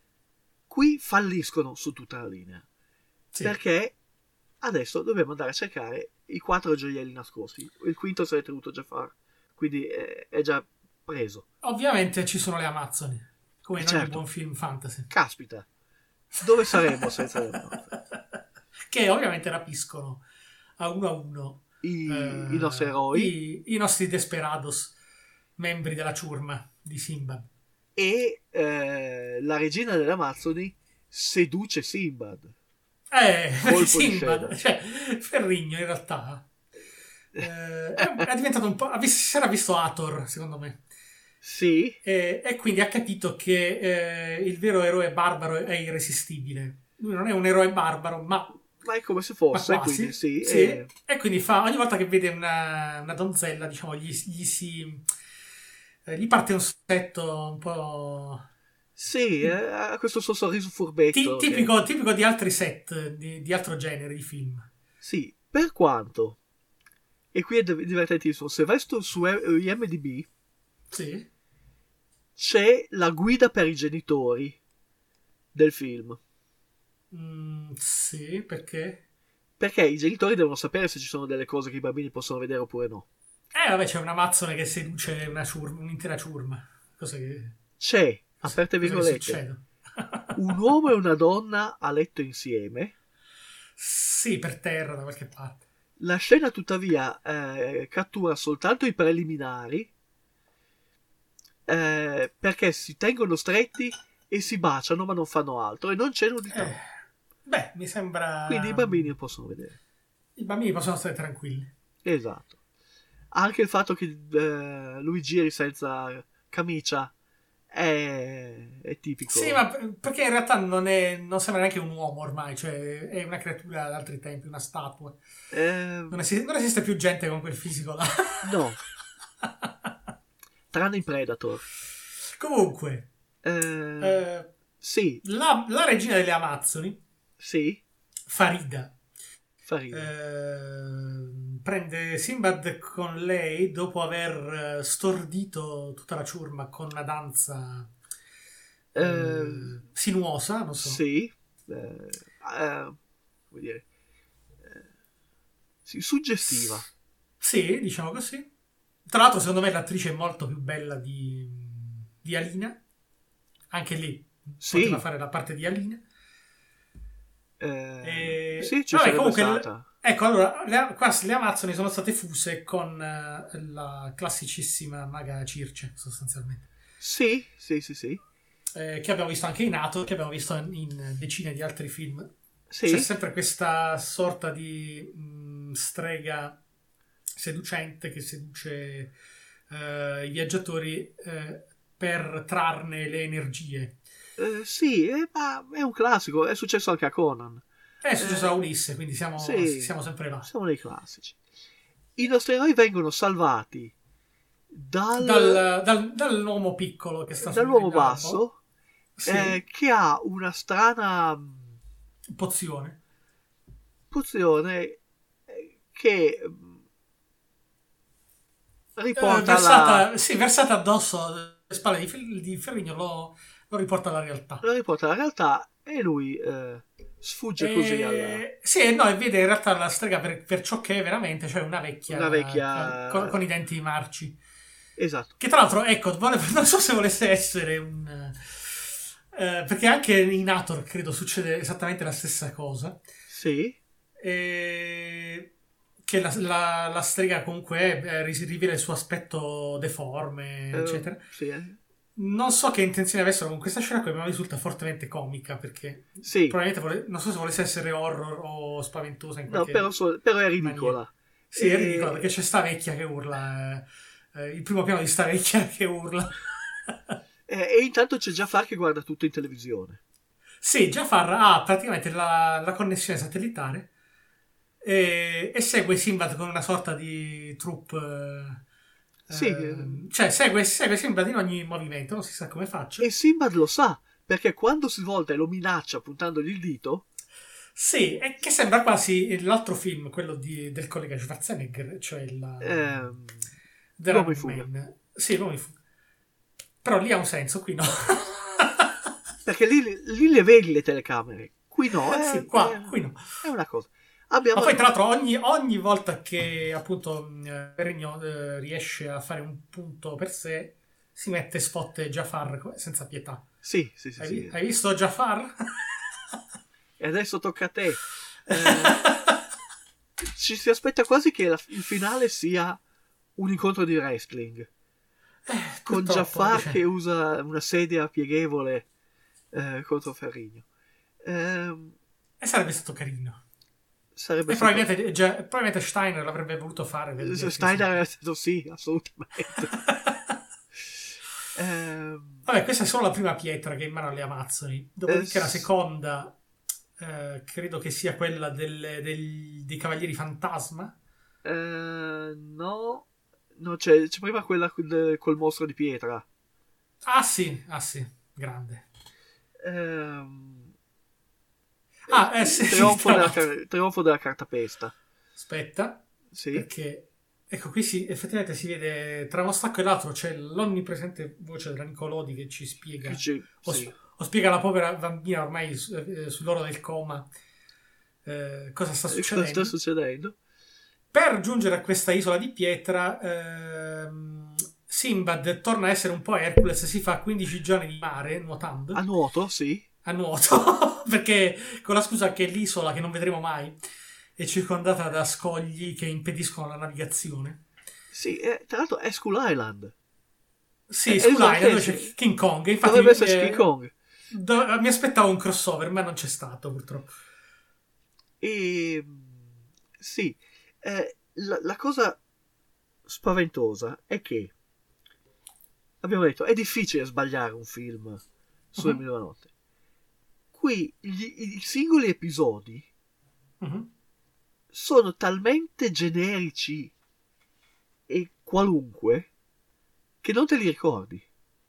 Qui falliscono su tutta la linea. Sì. Perché adesso dobbiamo andare a cercare i quattro gioielli nascosti. Il quinto se l'è tenuto già fare, quindi è, è già preso. Ovviamente ci sono le Amazzoni, come in ogni Certo. buon film fantasy. Caspita, dove saremmo senza le note? Che ovviamente rapiscono a uno a uno I, eh, i nostri eroi. i, i nostri desperados membri della ciurma di Sinbad. E eh, la regina delle Amazzoni seduce Sinbad. Eh, Colpo Sinbad, di cioè, Ferrigno in realtà eh, è, è diventato un po'... ha visto- si era visto Hathor, secondo me. Sì, E, e quindi ha capito che eh, il vero eroe barbaro è irresistibile. Lui non è un eroe barbaro, ma, ma è come se ma fosse, quasi. quindi sì. Sì. eh, E quindi fa, ogni volta che vede una, una donzella, diciamo, gli, gli si... eh, gli parte un setto un po'... sì, eh, ha questo suo sorriso ti- furbetto. che- tipico, tipico di altri set, di, di altro genere di film. Sì, per quanto, e qui è div- divertentissimo, se vai su, su I M D B Sì. c'è la guida per i genitori del film, Mm, sì, perché? perché i genitori devono sapere se ci sono delle cose che i bambini possono vedere oppure no. Eh, vabbè, c'è una mazzone che seduce una ciurma, un'intera ciurma. Cosa che... C'è, aperte cosa che virgolette, succede? un uomo e una donna a letto insieme. Sì, per terra da qualche parte. La scena tuttavia eh, cattura soltanto i preliminari, eh, perché si tengono stretti e si baciano ma non fanno altro e non c'è nudità. Eh, beh, mi sembra... Quindi i bambini possono vedere. I bambini possono stare tranquilli. Esatto. Anche il fatto che eh, lui giri senza camicia è, è tipico. Sì, ma p- perché in realtà non, è, non sembra neanche un uomo ormai, cioè è una creatura ad altri tempi, una statua. Eh, Non esiste, non esiste più gente con quel fisico là. no, tranne in Predator. Comunque, Eh, eh, sì, la, la regina delle Amazzoni, sì, Farida, fa ridere. eh, prende Sinbad con lei dopo aver eh, stordito tutta la ciurma con una danza eh, Eh, sinuosa, non so. Sì, eh, eh, come dire, eh, sì, suggestiva. Sì, diciamo così. Tra l'altro, secondo me l'attrice è molto più bella di, di Alina. Anche lì Sì. poteva fare la parte di Alina. Eh, E- sì, ci vabbè, sarebbe comunque, stata. ecco, allora, le, qua le Amazzoni sono state fuse con eh, la classicissima maga Circe, sostanzialmente. Sì, sì, sì, sì. Eh, che abbiamo visto anche in Hathor, che abbiamo visto in, in decine di altri film. Sì, C'è sempre questa sorta di mh, strega seducente che seduce eh, i viaggiatori eh, per trarne le energie. eh, sì, eh, ma è un classico, è successo anche a Conan. È successo Eh, a Ulisse, quindi siamo, sì. siamo sempre là. Siamo nei classici. I nostri eroi vengono salvati dal, Dal, dal, dall'uomo piccolo che sta dall'uomo sul gallo. basso, Sì, eh, che ha una strana mh, pozione. pozione eh, che mh, Eh, riporta versata, la, sì, versata addosso alle spalle di, Fer- di Ferrigno lo, lo riporta alla realtà. la riporta alla realtà e lui eh, sfugge così alla, E... Sì, e no, e vede in realtà la strega per, per ciò che è veramente, cioè una vecchia, Una vecchia- con, con i denti marci. esatto. Che tra l'altro, ecco, vole- non so se volesse essere un... eh, perché anche in Hathor credo succede esattamente la stessa cosa. Sì, E... Che la, la, la strega comunque eh, ri- rivela il suo aspetto deforme, eh, eccetera. sì, eh. Non so che intenzioni avessero con questa scena qui, ma mi risulta fortemente comica, perché Sì. probabilmente vole- non so se volesse essere horror o spaventosa in No, qualche però, so- però è ridicola. Sì, è E- ridicola, perché c'è sta vecchia che urla, eh, eh, il primo piano di sta vecchia che urla. eh, e intanto c'è Jafar che guarda tutto in televisione. Sì, Jafar ha praticamente la, la connessione satellitare e, e segue Sinbad con una sorta di troupe. eh, Sì. ehm, cioè segue, segue Sinbad in ogni movimento, non si sa come faccia. E Sinbad lo sa, perché quando si volta e lo minaccia puntandogli il dito, Sì, e che sembra quasi l'altro film, quello di- del collega Schwarzenegger, cioè il ehm, The l'uomo in Running fuga. Man. Sì, l'uomo in fuga. Però lì ha un senso, qui no. Perché lì, lì le vedi le telecamere, qui no, Eh, è, sì, qua, è- qui no. è una cosa. Abbiamo Ma poi tra l'altro ogni, ogni volta che appunto mh, Ferrigno eh, riesce a fare un punto per sé, si mette spot Jafar co- senza pietà. Sì, sì, sì, Hai, sì. hai visto Jafar? E adesso tocca a te. Eh, ci si aspetta quasi che la- il finale sia un incontro di wrestling. Eh, con purtroppo, Jafar invece- che usa una sedia pieghevole eh, contro Ferrigno. Ehm, E sarebbe stato carino. sarebbe E stato... probabilmente, già- probabilmente Steiner l'avrebbe voluto fare. per diversi Steiner motivi. ha detto sì, assolutamente. Ehm, Vabbè, questa è solo la prima pietra che è in mano alle Amazzoni. Dopodiché Eh, la s- seconda, eh, credo che sia quella del- del- dei Cavalieri Fantasma. eh, no, no c'è, c'è prima quella col, col mostro di pietra. Ah sì, ah sì, grande. Ehm, Ah, eh sì, il sì, trionfo, tra della, l'altro. car- trionfo della cartapesta. Aspetta, Sì, perché ecco qui si, effettivamente si vede tra uno stacco e l'altro c'è l'onnipresente voce della Nicolodi che ci spiega che ci- o, sì. o spiega alla povera bambina ormai su- eh, sull'oro del coma eh, cosa sta Cosa succedendo. sta succedendo? Per giungere a questa isola di pietra, ehm, Sinbad torna a essere un po' Hercules, si fa quindici giorni di mare nuotando A nuoto, sì. a nuoto perché con la scusa che l'isola che non vedremo mai è circondata da scogli che impediscono la navigazione. Sì, eh, tra l'altro è Skull Island. Sì, Eh, scusate, esatto, dove sì. c'è King Kong. Infatti, Dovrebbe esserci eh, King Kong. do- mi aspettavo un crossover, ma non c'è stato purtroppo. E sì, eh, la, la cosa spaventosa è che abbiamo detto è difficile sbagliare un film sulle Mhm. mille e una notte. Qui gli- i singoli episodi Mhm. sono talmente generici e qualunque che non te li ricordi.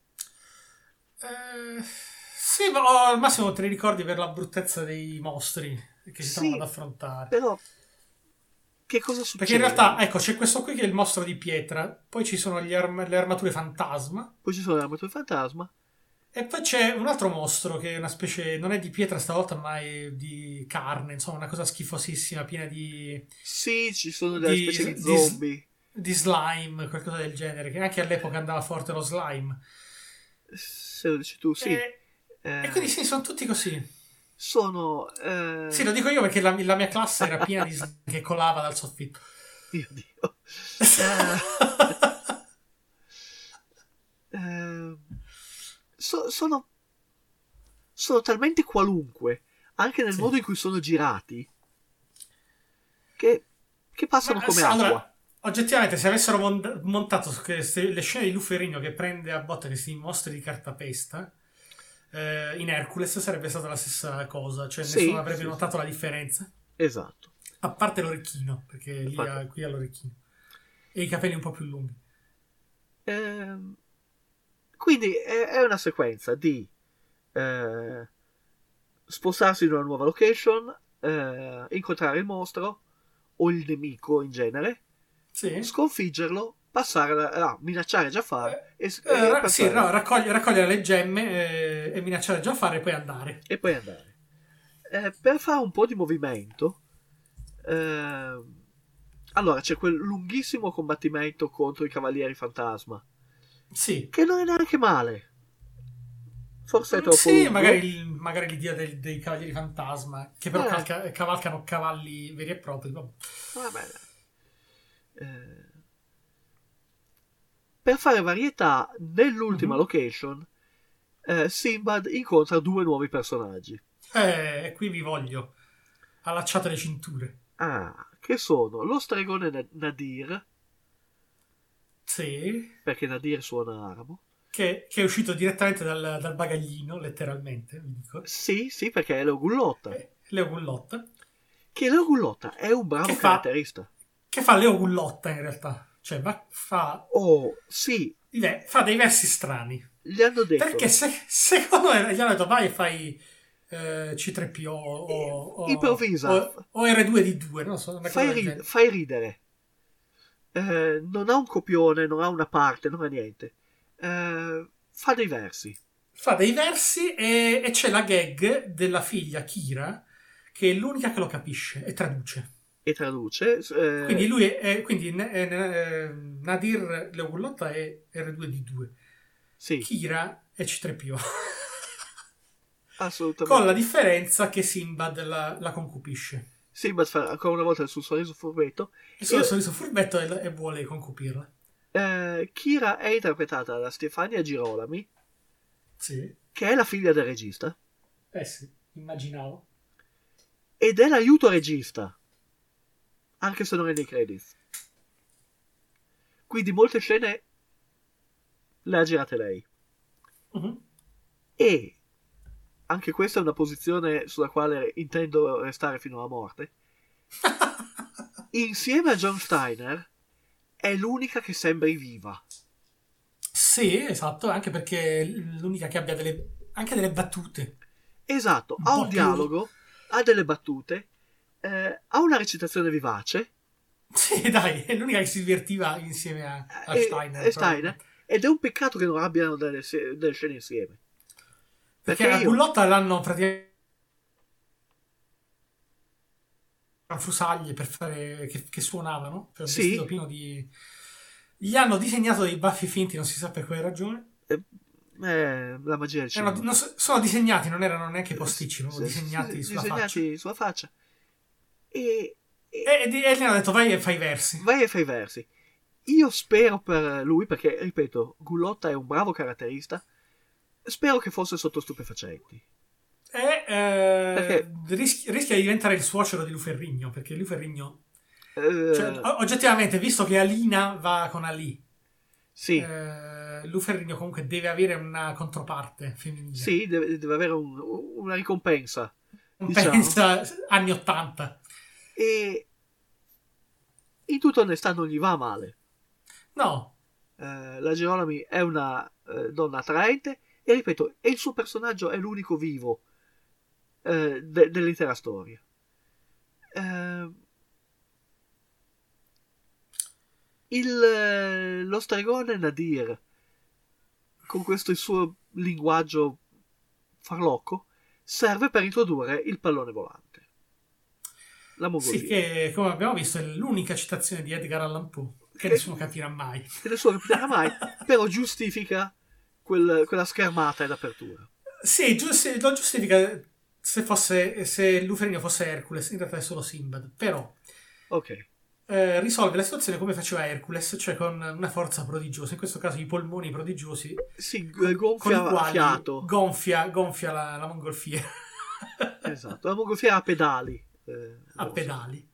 Eh, sì, ma oh, al massimo te li ricordi per la bruttezza dei mostri che si Sì, trovano ad affrontare. Però che cosa succede? Perché in realtà, ecco, c'è questo qui che è il mostro di pietra, poi ci sono gli arm- le armature fantasma, Poi ci sono le armature fantasma. e poi c'è un altro mostro che è una specie, non è di pietra stavolta, ma è di carne, insomma, una cosa schifosissima, piena di, Sì, ci sono delle Di- specie di di- zombie. di slime, qualcosa del genere, che anche all'epoca andava forte lo slime. Se lo dici tu, sì. E, Eh, e quindi sì, sono tutti così. sono eh, Sì, lo dico io perché la, la mia classe era piena di slime che colava dal soffitto. Dio Dio. Eh, eh, so- sono sono talmente qualunque anche nel Sì. modo in cui sono girati che, che passano Ma, come se- acqua. allora, oggettivamente, se avessero mon- montato su queste- le scene di Lufferino che prende a botte questi mostri di cartapesta eh, in Hercules, sarebbe stata la stessa cosa, cioè Sì, nessuno avrebbe sì, notato la differenza, Esatto. a parte l'orecchino, perché lì Infatti. ha, qui ha l'orecchino e i capelli un po' più lunghi. Ehm, quindi è, è una sequenza di eh, spostarsi in una nuova location, eh, incontrare il mostro o il nemico in genere, Sì. sconfiggerlo, passare la, no, minacciare Jafar e, e Eh, ra- sì, passare- no, raccogli- raccogliere le gemme eh, e minacciare già a fare e poi andare. e poi andare. Eh, per fare un po' di movimento, ehm, allora c'è quel lunghissimo combattimento contro i Cavalieri Fantasma, Sì. che non è neanche male. Forse è troppo Sì, lungo. magari, il- magari l'idea del- dei Cavalieri Fantasma, che però Eh. calca- cavalcano cavalli veri e propri. vabbè. Vabbè. Eh, per fare varietà, nell'ultima Mhm. location, eh, Sinbad incontra due nuovi personaggi. Eh, e qui vi voglio. Allacciate le cinture. Ah, che sono lo stregone Na- Nadir, Sì. perché Nadir suona arabo. Che, che è uscito direttamente dal, dal bagaglino, letteralmente, vi dico. Sì, sì, perché è Leo Gullotta. Eh, Leo Gullotta. Che Leo Gullotta è un bravo Che fa? caratterista. Che fa Leo Gullotta in realtà. Cioè, va- fa, Oh, sì, beh, fa dei versi strani. gli hanno detto. Perché se, secondo me gli hanno detto vai e fai eh, C tre P O o, o, Improvvisa. o, o R due D due, non so, una cosa fai, del rid- genere. fai ridere. Eh, non ha un copione, non ha una parte, non ha niente. Eh, fa dei versi. Fa dei versi e, e c'è la gag della figlia Kira che è l'unica che lo capisce e traduce. E traduce. eh, Quindi lui è, è- quindi eh, eh, Nadir Leo Gullotta è R due D due, sì, Kira è C tre P O. assolutamente. Con la differenza che Sinbad la, la concupisce. Sinbad fa ancora una volta il suo sorriso furbetto. Il suo Io- sorriso furbetto e, e vuole concupirla. Eh, Kira è interpretata da Stefania Girolami, Sì. che è la figlia del regista, Eh sì, immaginavo. ed è l'aiuto regista, anche se non è nei credits. Quindi molte scene le ha girate lei. Mhm. E anche questa è una posizione sulla quale intendo restare fino alla morte. Insieme a John Steiner è l'unica che sembri viva. Sì, esatto, anche perché è l'unica che abbia delle, anche delle battute. Esatto, Un ha po' un più- dialogo, ha delle battute, eh, ha una recitazione vivace. Sì, dai, è l'unica che si divertiva insieme a, a e, Steiner. e Steiner, ed è un peccato che non abbiano delle, se- delle scene insieme. Perché, Perché a io- Gullotta l'hanno praticamente fusaglie per fare che, che suonavano, cioè un Sì. vestito pieno di... Gli hanno disegnato dei baffi finti, non si sa per quale ragione. eh, eh, la magia del cinema. Erano, non so- sono disegnati, non erano neanche posticci, proprio Sì, sì, disegnati sì, sulla disegnati faccia. sulla faccia. E, e E, e, e gli hanno detto vai e fai i versi. vai e fai i versi. Io spero per lui, perché ripeto, Gullotta è un bravo caratterista, spero che fosse sotto stupefacenti. E eh, Perché? rischi- rischia di diventare il suocero di Lu Ferrigno, perché Lu Ferrigno, Eh, cioè, o- oggettivamente, visto che Alina va con Ali, sì, eh, Lu Ferrigno comunque deve avere una controparte femminile. sì, deve, deve avere un- una ricompensa. diciamo. Pensa anni ottanta. E in tutta onestà non gli va male. No, Eh, la Girolami è una eh, donna attraente e ripeto, e il suo personaggio è l'unico vivo eh, de- dell'intera storia. Eh, il, eh, lo stregone Nadir, con questo il suo linguaggio farlocco, serve per introdurre il pallone volante. La Mongolia. sì, che come abbiamo visto è l'unica citazione di Edgar Allan Poe, che Che- nessuno capirà mai. Che nessuno capirà mai, però giustifica quel- quella schermata in apertura. Sì, giusti- lo giustifica se fosse se Lu Ferrigno fosse Hercules, in realtà è solo Sinbad, però Ok. eh, risolve la situazione come faceva Hercules, cioè con una forza prodigiosa, in questo caso i polmoni prodigiosi, Sì, con i gonfia quali fiato. gonfia, gonfia la, la mongolfiera Esatto, la mongolfiera a pedali. eh, a non so. pedali.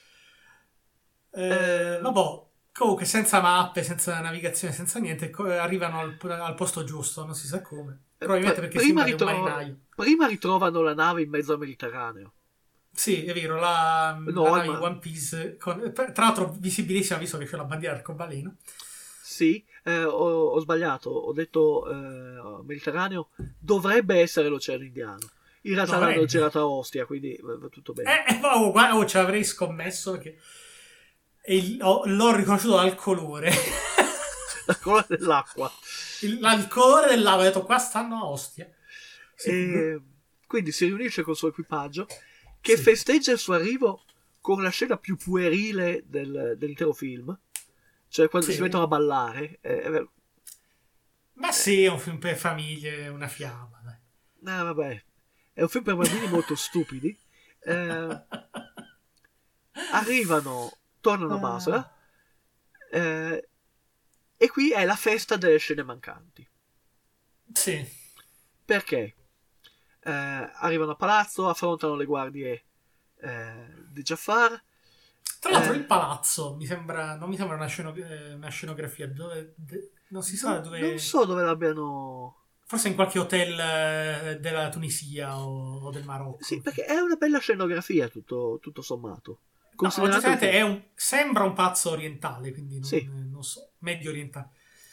Eh, Eh, vabbè, comunque senza mappe, senza navigazione, senza niente, co- arrivano al, al posto giusto, non si sa come. Probabilmente Pr- perché prima, Sinbad è un ritro- marinaio. prima ritrovano la nave in mezzo al Mediterraneo. Sì, è vero, la, No, la nave ma- One Piece, con- tra l'altro visibilissima visto che c'è la bandiera arcobaleno. Sì, eh, ho, ho sbagliato, ho detto eh, Mediterraneo, dovrebbe essere l'Oceano Indiano. In realtà Dovrebbe. l'hanno girato a Ostia, quindi eh, va tutto bene. Eh, eh, oh, guarda, oh, ci avrei scommesso perché e il- oh, l'ho riconosciuto dal colore. La colore dell'acqua. il, il colore dell'acqua, ho detto qua stanno a Ostia. Sicuro. E quindi si riunisce col suo equipaggio che Sì. festeggia il suo arrivo con la scena più puerile del- dell'intero film, cioè quando Sì. si mettono a ballare. eh, eh, Ma sì, è un film per famiglie, una fiaba. Dai. ah, vabbè, è un film per bambini molto stupidi. Eh, arrivano, tornano a Basra, eh, e qui è la festa delle scene mancanti. Sì. Perché? Eh, arrivano a palazzo, affrontano le guardie eh, di Jafar. Tra l'altro Eh. il palazzo mi sembra, non mi sembra una, sceno- eh, una scenografia, dove, de- non si sa Non, dove... non so dove l'abbiano. Forse in qualche hotel eh, della Tunisia o, o del Marocco. Sì, perché è una bella scenografia, tutto, tutto sommato. No, Considerato oggettivamente che- è un, sembra un pazzo orientale, quindi non, Sì. non so, medio orientale.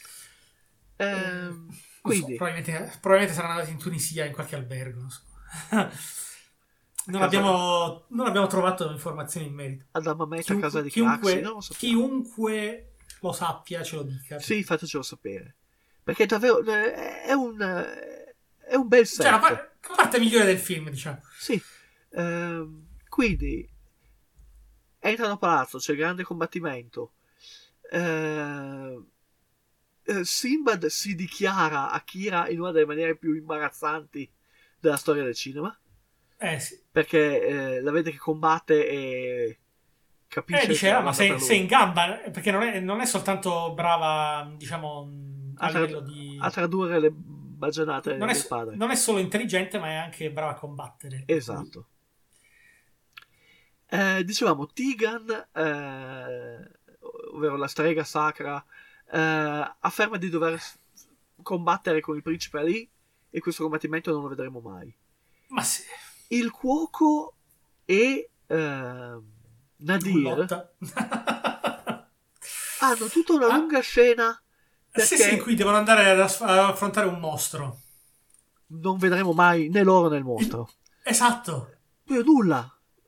Ehm, Non so, quindi, probabilmente, probabilmente saranno andati in Tunisia, in qualche albergo. Non, so. non, Casa- abbiamo, non abbiamo trovato informazioni in merito. ad Amamet a casa di chiunque, Craxi, non lo sappiamo. chiunque lo sappia ce lo dica. Sì, fatecelo sapere. Perché davvero eh, è un, eh, è un bel set. Cioè, la, par- la parte migliore del film, diciamo. Sì. Ehm, quindi entrano a palazzo, c'è il grande combattimento. Ehm, eh, Sinbad si dichiara a Kira in una delle maniere più imbarazzanti della storia del cinema, Eh sì. perché eh, la vede che combatte e capisce Eh, dice, che è ah, ma andata sei, per lui. sei in gamba, perché non è, non è soltanto brava, diciamo, a a, tra- livello di... a tradurre le baggianate Non è, del padre. non è solo intelligente, ma è anche brava a combattere. Esatto. Eh, dicevamo, Tegan, eh, ovvero la strega sacra, eh, afferma di dover s- combattere con il principe Ali, e questo combattimento non lo vedremo mai. Ma sì, Il cuoco e eh, Nadir lotta. hanno tutta una Ah. lunga scena perché Sì, sì, in cui devono andare ad ass- ad affrontare un mostro. non vedremo mai né loro né il mostro. Esatto. Poi nulla.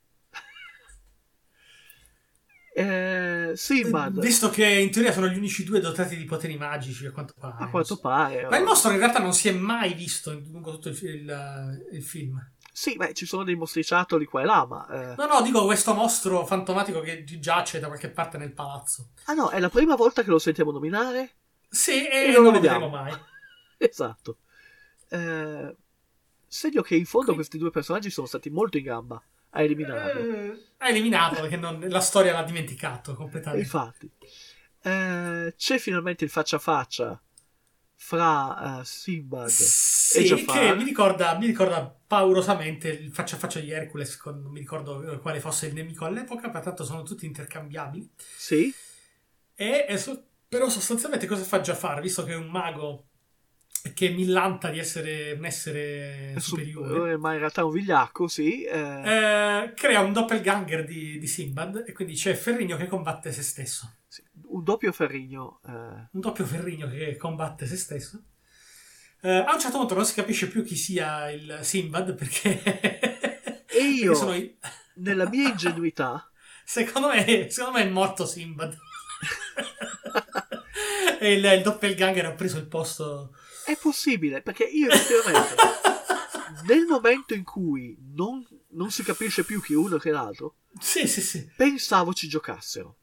Eh, Sinbad, Visto che in teoria sono gli unici due dotati di poteri magici, a quanto pare. a quanto pare, Ma il mostro in realtà non si è mai visto in- lungo tutto il, il- il film. sì, beh, ci sono dei mostriciattoli qua e là, ma eh, No, no, dico questo mostro fantomatico che giace da qualche parte nel palazzo. ah no, è la prima volta che lo sentiamo nominare. Sì, E e non non lo lo vediamo. vedremo mai. Esatto. Eh, segno che in fondo questi due personaggi sono stati molto in gamba a eliminarlo. Eh, ha eliminato perché non- la storia l'ha dimenticato E completamente. infatti, eh, c'è finalmente il faccia a faccia fra eh, Sinbad e Sì, Jafar. che mi ricorda, mi ricorda paurosamente il faccia a faccia di Hercules con non mi ricordo eh, quale fosse il nemico all'epoca, pertanto sono tutti intercambiabili. Sì, E, e so- però sostanzialmente cosa fa Jafar, visto che è un mago che millanta di essere un essere è su- superiore, eh, ma in realtà è un vigliacco, sì. eh, eh, crea un doppelganger di, di Sinbad, e quindi c'è Ferrigno che combatte se stesso. sì, un doppio ferrigno. eh, Un doppio Ferrigno che combatte se stesso. Eh, a un certo punto non si capisce più chi sia il Sinbad, perché... E io, perché sono i- nella mia ingenuità, Secondo me, secondo me è morto Sinbad. E il, il doppelganger ha preso il posto... è possibile, perché io effettivamente, nel momento in cui non, non si capisce più chi è uno che l'altro, Sì, sì, sì. pensavo ci giocassero.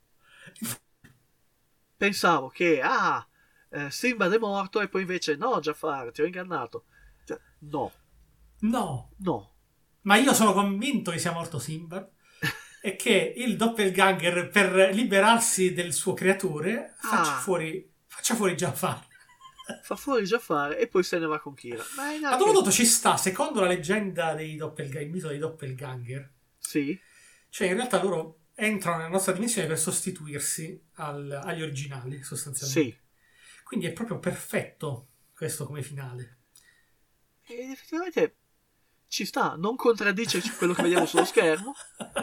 Pensavo che, ah, eh, Sinbad è morto e poi invece no, Jafar, ti ho ingannato. Cioè, no, No, no. ma io sono convinto che sia morto Sinbad e che il doppelganger, per liberarsi del suo creatore, faccia Ah. fuori, faccia fuori Jafar. Fa fuori Jafar e poi se ne va con Kira. Ma è Ma neanche... dopo tutto ci sta, secondo la leggenda dei doppelganger, il mito dei doppelganger, Sì, cioè in realtà loro entrano nella nostra dimensione per sostituirsi al- agli originali, sostanzialmente. sì. Quindi è proprio perfetto questo come finale. Ed effettivamente ci sta, non contraddice quello che vediamo sullo schermo.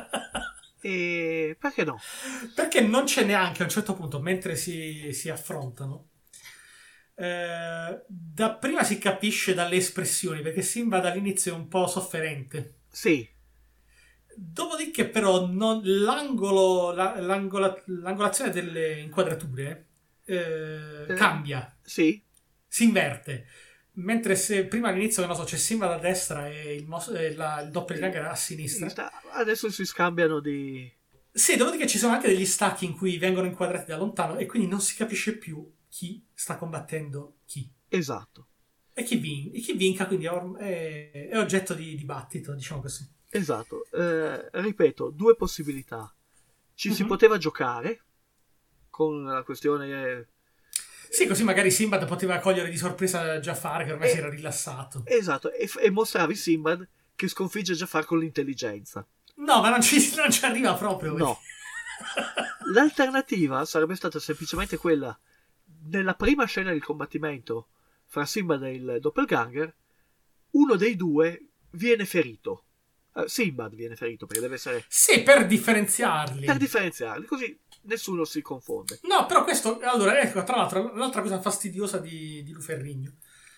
E perché no? Perché non c'è neanche a un certo punto, mentre si, si affrontano, eh, dapprima si capisce dalle espressioni, perché Sinbad all'inizio è un po' sofferente. Sì, Dopodiché però non- l'angolo, la- l'angola- l'angolazione delle inquadrature eh, Eh. cambia, sì, si inverte. Mentre se prima all'inizio non so, c'è Sinbad a destra e il, mos- e la- il doppelganger a sinistra. sta- adesso si scambiano di... Sì, dopodiché ci sono anche degli stacchi in cui vengono inquadrati da lontano e quindi non si capisce più chi sta combattendo chi. Esatto, E chi, vin- e chi vinca, quindi è, orm- è- è oggetto di dibattito, diciamo così. esatto. Eh, ripeto, due possibilità. Ci si Mhm. poteva giocare con la questione... eh, Sì, così magari Sinbad poteva cogliere di sorpresa Jafar, che ormai Eh. si era rilassato. Esatto, e, e mostravi Sinbad che sconfigge Jafar con l'intelligenza. No, ma non ci, non ci arriva proprio. No. L'alternativa sarebbe stata semplicemente quella, nella prima scena del combattimento fra Sinbad e il doppelganger, uno dei due viene ferito. Eh, Sinbad viene ferito perché deve essere... Sì, per differenziarli. per differenziarli, così nessuno si confonde. No, però questo... Allora, ecco, tra l'altro, l'altra cosa fastidiosa di, di Luferrigno.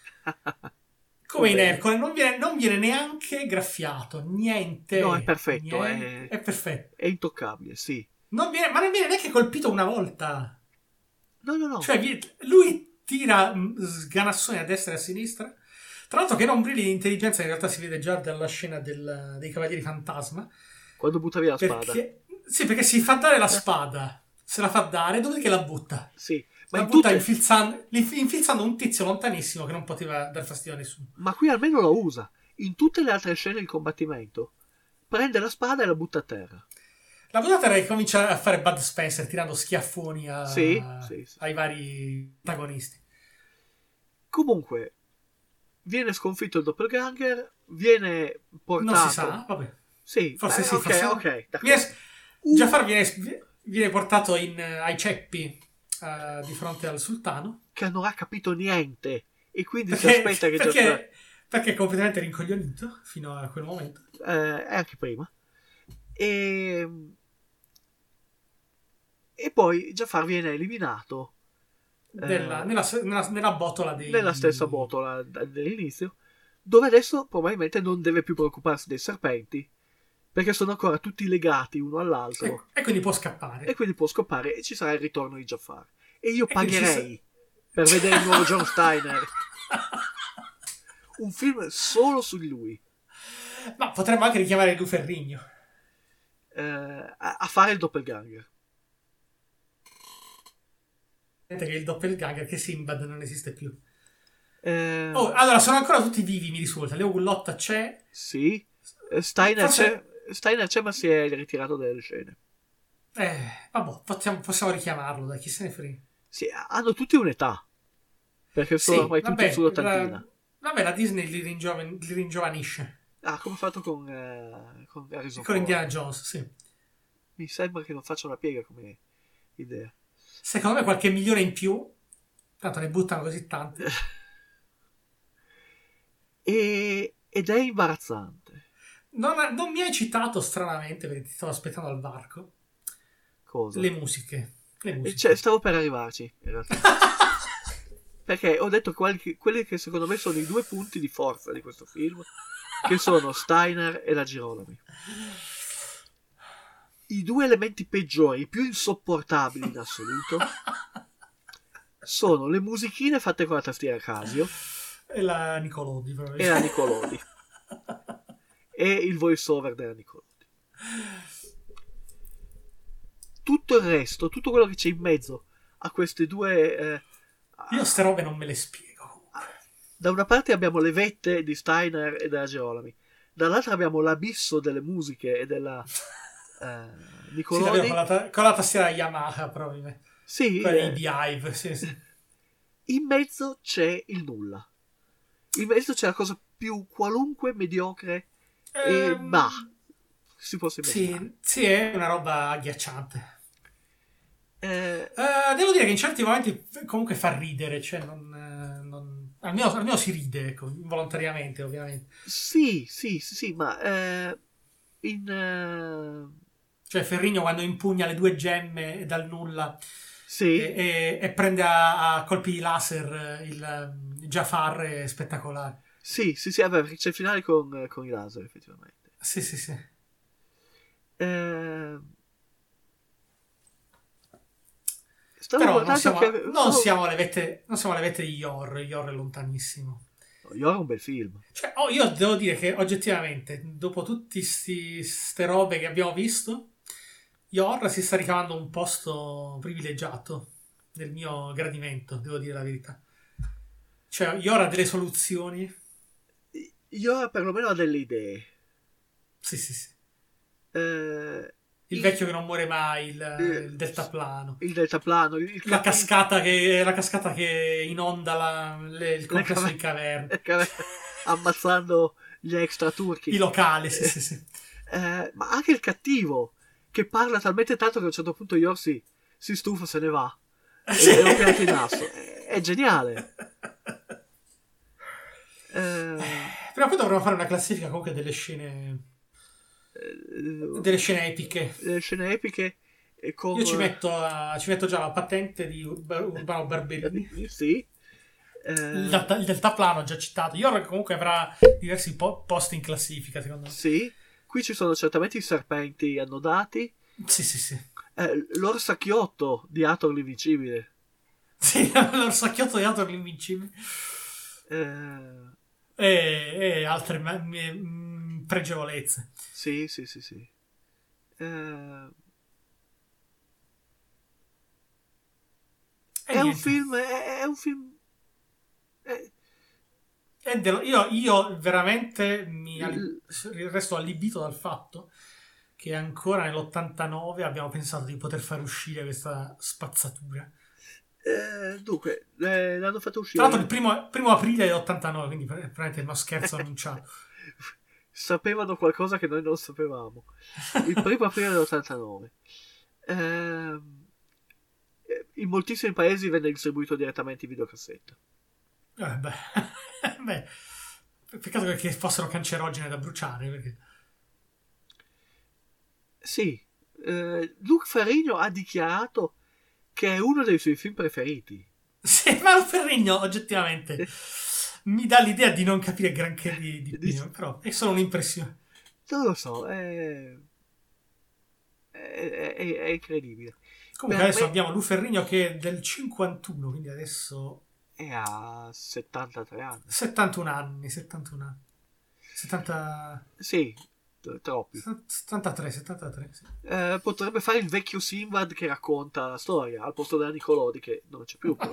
Come in Vabbè. Ercole, non viene, non viene neanche graffiato, niente. No, è perfetto, niente, è- è perfetto. È intoccabile, sì. Non viene, ma non viene neanche colpito una volta. No, no, no. Cioè, vi- lui tira mh, sganassoni a destra e a sinistra. Tra l'altro che non brilli di intelligenza in realtà si vede già dalla scena del- dei Cavalieri Fantasma. Quando butta via la spada. Perché, sì, perché si fa dare la spada, se la fa dare, dopodiché la butta. Sì, ma, La in butta tutte- infilzando, infilzando un tizio lontanissimo che non poteva dar fastidio a nessuno. ma qui almeno la usa. In tutte le altre scene di combattimento prende la spada e la butta a terra. La puntata era che comincia a fare Bud Spencer tirando schiaffoni a, Sì, sì, sì. ai vari protagonisti. Comunque, viene sconfitto il doppelganger, viene portato... Non si sa, vabbè. Sì, Forse beh, sì, ok, forse ok. no. d'accordo. Viene, Uh, Jafar viene, viene portato in, ai ceppi uh, di fronte al sultano. Che non ha capito niente, e quindi si Perché, aspetta che perché, Jafar... perché è completamente rincoglionito fino a quel momento. Eh, e anche prima. E... E poi Jafar viene eliminato Della, eh, nella, nella, nella botola dei... nella stessa botola d- dell'inizio, dove adesso probabilmente non deve più preoccuparsi dei serpenti, perché sono ancora tutti legati uno all'altro, E, e quindi può scappare. e quindi può scoppare e ci sarà il ritorno di Jafar. E io E quindi ci pagherei per vedere il nuovo John Steiner, un film solo su di lui, Ma potremmo anche richiamare Lu Ferrigno. eh, a, a fare il doppelganger. Che il doppelganger, che Sinbad non esiste più. Eh, Oh, allora, sono ancora tutti vivi, mi risulta. Leo Gullotta c'è. Sì, eh, Steiner, Forse- c'è, Steiner c'è, ma si è ritirato dalle scene. Eh, vabbè, possiamo, possiamo richiamarlo, dai, chi se ne frega. Sì, hanno tutti un'età, perché sono ormai tutti vabbè, sull'ottantina. la, vabbè, la Disney li, ringioven- li ringiovanisce. Ah, come ho fatto con, eh, con Harrison Con Ford. Indiana Jones, sì. Mi sembra che non faccia una piega come idea. Secondo me qualche milione in più, tanto ne buttano così tanti. E, ed è imbarazzante. Non, non mi hai citato, stranamente, perché ti stavo aspettando al varco, Cosa? le musiche. Le E musiche. cioè, stavo per arrivarci, in realtà. Perché ho detto quali- quelli che secondo me sono i due punti di forza di questo film, che sono Steiner e la Girolami. I due elementi peggiori, i più insopportabili in assoluto, sono le musichine fatte con la tastiera Casio E la Nicolodi, e probabilmente. la Nicolodi. E il voice over della Nicolodi. Tutto il resto, tutto quello che c'è in mezzo a queste due... eh, Io ste robe non me le spiego. da una parte abbiamo le vette di Steiner e della Girolami, dall'altra abbiamo l'abisso delle musiche e della eh, Sì, Nicolodi. davvero, con la, ta- con la tastiera Yamaha, probabilmente. Sì, Quella eh, di Beehive, sì, sì. in mezzo c'è il nulla. In mezzo c'è la cosa più qualunque, mediocre e Ehm, bah, si possa immaginare. Sì, sì, è una roba agghiacciante. Eh, Eh, devo dire che in certi momenti comunque fa ridere, cioè non, eh, non- almeno, almeno si ride, ecco, involontariamente, ovviamente. sì, sì, sì, sì, ma eh, in... eh, Cioè Ferrigno quando impugna le due gemme dal nulla sì, e, e- e prende a, a colpi di laser eh, il, il Jafar è spettacolare. sì, sì, sì, vabbè, perché c'è il finale con, con i laser, effettivamente. Sì, sì, sì. Eh, stavo Però non guardando siamo, che... non, stavo- siamo alle vette, non siamo alle vette di Yor, Yor è lontanissimo. Io era un bel film. Cioè, oh, io devo dire che oggettivamente, dopo tutte queste robe che abbiamo visto, Yor si sta ricavando un posto privilegiato nel mio gradimento, devo dire la verità. Cioè, Yor ha delle soluzioni. Io perlomeno ho delle idee. Sì, sì, sì. Eh, Il vecchio che non muore mai, il, il deltaplano. il deltaplano, il, il La capi- cascata che, la cascata che inonda la- le- il complesso cave- di caverne. il cave- ammazzando gli extra turchi. I locali, sì, sì, sì. Eh, ma anche il cattivo, che parla talmente tanto che a un certo punto Yor si, si stufa, se ne va. E lo pianta in asso. È, è geniale. Eh, Prima o poi dovremmo fare una classifica comunque delle scene, eh, delle scene epiche. le scene epiche e con... Io ci metto, a- ci metto già la patente di Urba- Urbano Barberini. Eh, sì. Eh, Il, delta, il deltaplano ho già citato. Io comunque avrà diversi po- posti in classifica, secondo me. sì. Qui ci sono certamente i serpenti annodati. Sì, sì, sì. Eh, l'orsacchiotto di Hathor l'invincibile. Sì, l'orsacchiotto di Hathor l'invincibile. Eh, E, e altre ma- mie- mh, pregevolezze. sì, sì, sì, sì. Eh, E è un niente. film. È, è un film. è- E dello- io, io veramente mi Il- resto allibito dal fatto che ancora nell'ottantanove abbiamo pensato di poter far uscire questa spazzatura. Eh, dunque, eh, l'hanno fatto uscire. Tra l'altro il primo, primo aprile dell'ottantanove, quindi praticamente uno scherzo annunciato. Sapevano qualcosa che noi non sapevamo. Il primo aprile dell'ottantanove. Eh, in moltissimi paesi venne distribuito direttamente in videocassetta. Eh, beh, beh, peccato che fossero cancerogene da bruciare, perché... Sì, eh, Luc Ferrigno ha dichiarato che è uno dei suoi film preferiti. Sì, ma lo Ferrigno oggettivamente mi dà l'idea di non capire granché di, di Pino, però è solo un'impressione. Non lo so, è, è, è, è incredibile. Comunque Per adesso me abbiamo Lu Ferrigno che è del cinquantuno, quindi adesso è a settantatré anni. settantuno anni, settantuno anni. settanta... Sì, troppi. settantatré, settantatré, sì. Eh, potrebbe fare il vecchio Sinbad che racconta la storia al posto della Nicolodi che non c'è più.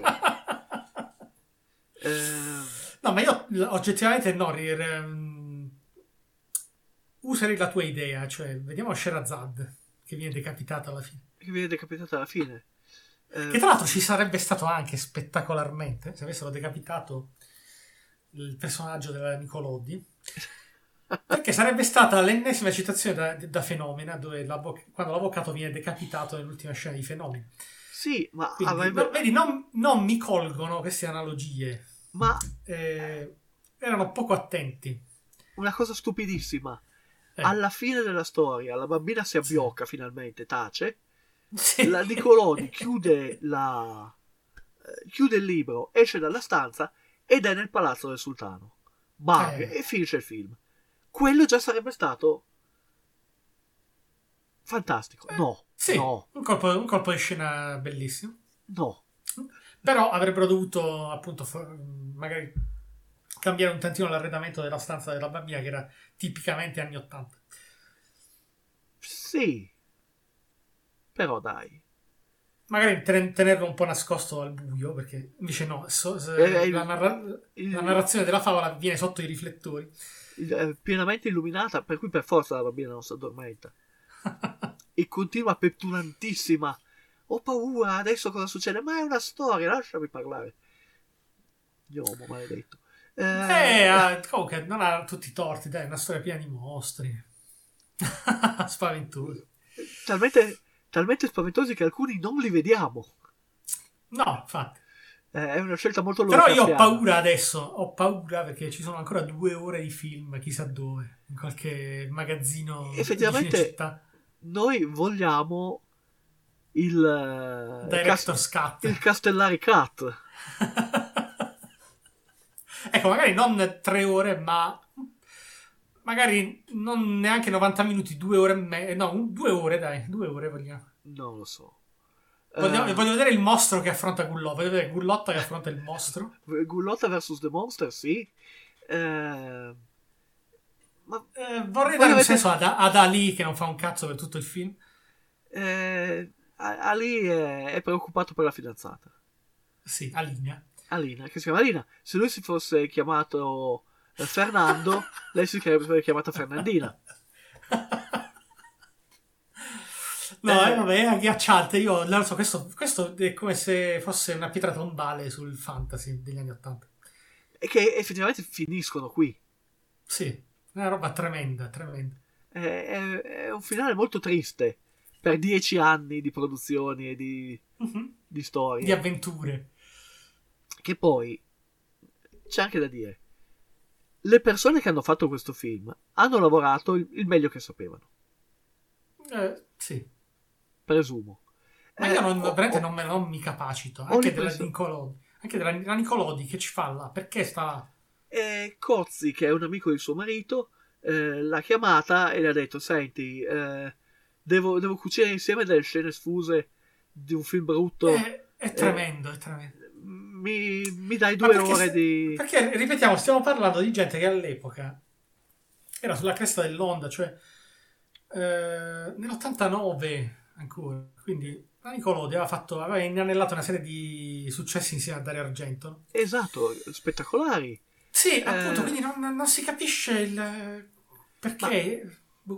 eh... No, ma io oggettivamente no, um, userei la tua idea, cioè vediamo Sherazad che viene decapitata alla fine. Che viene decapitata alla fine. Eh... Che tra l'altro ci sarebbe stato anche spettacolarmente se avessero decapitato il personaggio della Nicolodi. Perché sarebbe stata l'ennesima citazione da, da Fenomena, dove quando l'avvocato viene decapitato nell'ultima scena di Fenomena. Sì, ma quindi, avrebbe... no, vedi, non, non mi colgono queste analogie. Ma eh, erano poco attenti. Una cosa stupidissima. Eh. Alla fine della storia, la bambina si abbiocca, sì. Finalmente tace. Sì. La Nicolodi chiude la eh, chiude il libro, esce dalla stanza ed è nel palazzo del sultano. Bang, Eh. e finisce il film. Quello già sarebbe stato fantastico. No, Sì, no, un colpo, un colpo di scena bellissimo. no. Però avrebbero dovuto appunto for- magari cambiare un tantino l'arredamento della stanza della bambina, che era tipicamente anni ottanta. Sì, però dai. Magari ten- tenerlo un po' nascosto al buio, perché invece no, so- se- Eh, il- la, narra- il- la narrazione della favola viene sotto i riflettori. Eh, pienamente illuminata, per cui per forza la bambina non si addormenta. E continua petulantissima. Ho paura, adesso cosa succede? Ma è una storia, lasciami parlare. Iomo, maledetto. Eh, Eh, ah, comunque non ha tutti i torti, dai, è una storia piena di mostri. Spaventosi. talmente, talmente spaventosi che alcuni non li vediamo. No, infatti. Eh, è una scelta molto Però io ho lovecraftiana. paura adesso, ho paura perché ci sono ancora due ore di film, chissà dove, in qualche magazzino Effettivamente, di città. Noi vogliamo il eh, Director's Cut. il Castellari Cut. Ecco, magari non tre ore, ma magari non neanche novanta minuti, due ore e mezza. No, un- due ore, dai, due ore vogliamo. Non lo so. Voglio, Eh, voglio vedere il mostro che affronta Gullotta. Voglio vedere Gullotta che affronta il mostro. Gullotta versus The Monster, sì. Eh, ma Eh, vorrei Voi dare un avete- senso ad, ad Ali che non fa un cazzo per tutto il film. eh, Ali è, è preoccupato per la fidanzata. Sì, Alina. Alina, che si chiama Alina. Se lui si fosse chiamato eh, Fernando, lei si sarebbe chiamata Fernandina. No, Eh. eh, vabbè, è agghiacciante. Io non lo so, questo, questo è come se fosse una pietra tombale sul fantasy degli anni Ottanta. E che effettivamente finiscono qui. Sì, è una roba tremenda, tremenda. È, è- è un finale molto triste per dieci anni di produzioni e di, Mhm. di storie. Di avventure. Che poi c'è anche da dire, le persone che hanno fatto questo film hanno lavorato il, il meglio che sapevano, Eh, sì. presumo. Ma Eh, io non, ho- veramente ho- non, me, non mi capacito. ho Anche della l'impressione- Nicolodi. Anche della la Nicolodi che ci fa là. Perché sta là? E Cozzi, che è un amico di suo marito, eh, l'ha chiamata e le ha detto: senti, eh, devo, devo cucire insieme delle scene sfuse di un film brutto. È, è tremendo, è tremendo. Mi, mi dai Ma due perché ore st- di... Perché, ripetiamo, stiamo parlando di gente che all'epoca era sulla cresta dell'onda, cioè eh, nell'ottantanove ancora. Quindi la Nicolodi aveva fatto, aveva inanellato una serie di successi insieme a Dario Argento, no? Esatto, spettacolari. Sì, Eh. appunto, quindi non, non si capisce il perché. Boh,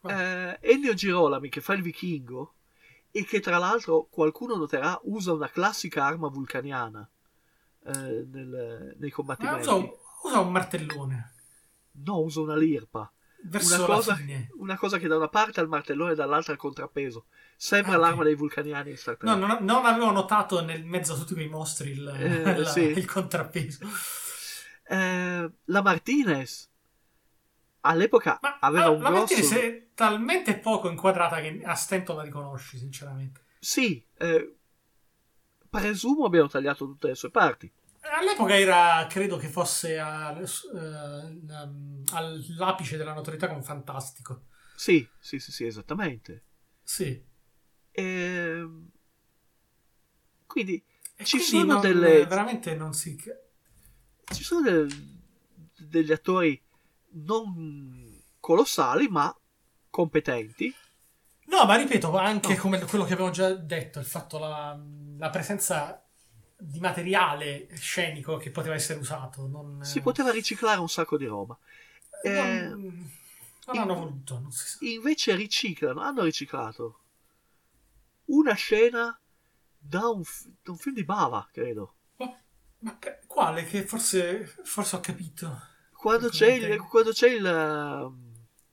eh, Ennio Girolami, che fa il vichingo, e che tra l'altro qualcuno noterà usa una classica arma vulcaniana eh, nel, nei Ma combattimenti. usa, usa un martellone. No, usa una lirpa. Verso Una la cosa, fine. una cosa che da una parte ha il martellone e dall'altra il contrappeso. Sembra Ah, ok. l'arma dei vulcaniani in Star Trek. No, non, non avevo notato nel mezzo a tutti quei mostri il, Eh, la- sì. il contrappeso. Eh, la Martinez all'epoca Ma aveva ah, un la grosso... Martinez è talmente poco inquadrata che a stento la riconosci, sinceramente. Sì, eh, presumo abbiano tagliato tutte le sue parti. All'epoca era, credo che fosse a- eh, um, all'apice della notorietà con Fantastico. Sì, sì, sì, sì, esattamente. Sì. Ehm, quindi E ci quindi sono non- delle veramente non si... ci sono del- degli attori non colossali ma competenti. No, ma ripeto, anche No. come quello che avevo già detto, il fatto la, la presenza di materiale scenico che poteva essere usato. Non, Si poteva riciclare un sacco di roba. non, Eh, non hanno voluto, non si sa. invece riciclano, hanno riciclato una scena da un, fi- da un film di Bava, credo. Ma, ma che- quale? Che forse, forse ho capito. Quando Cosa c'è il, intendi? quando c'è il um,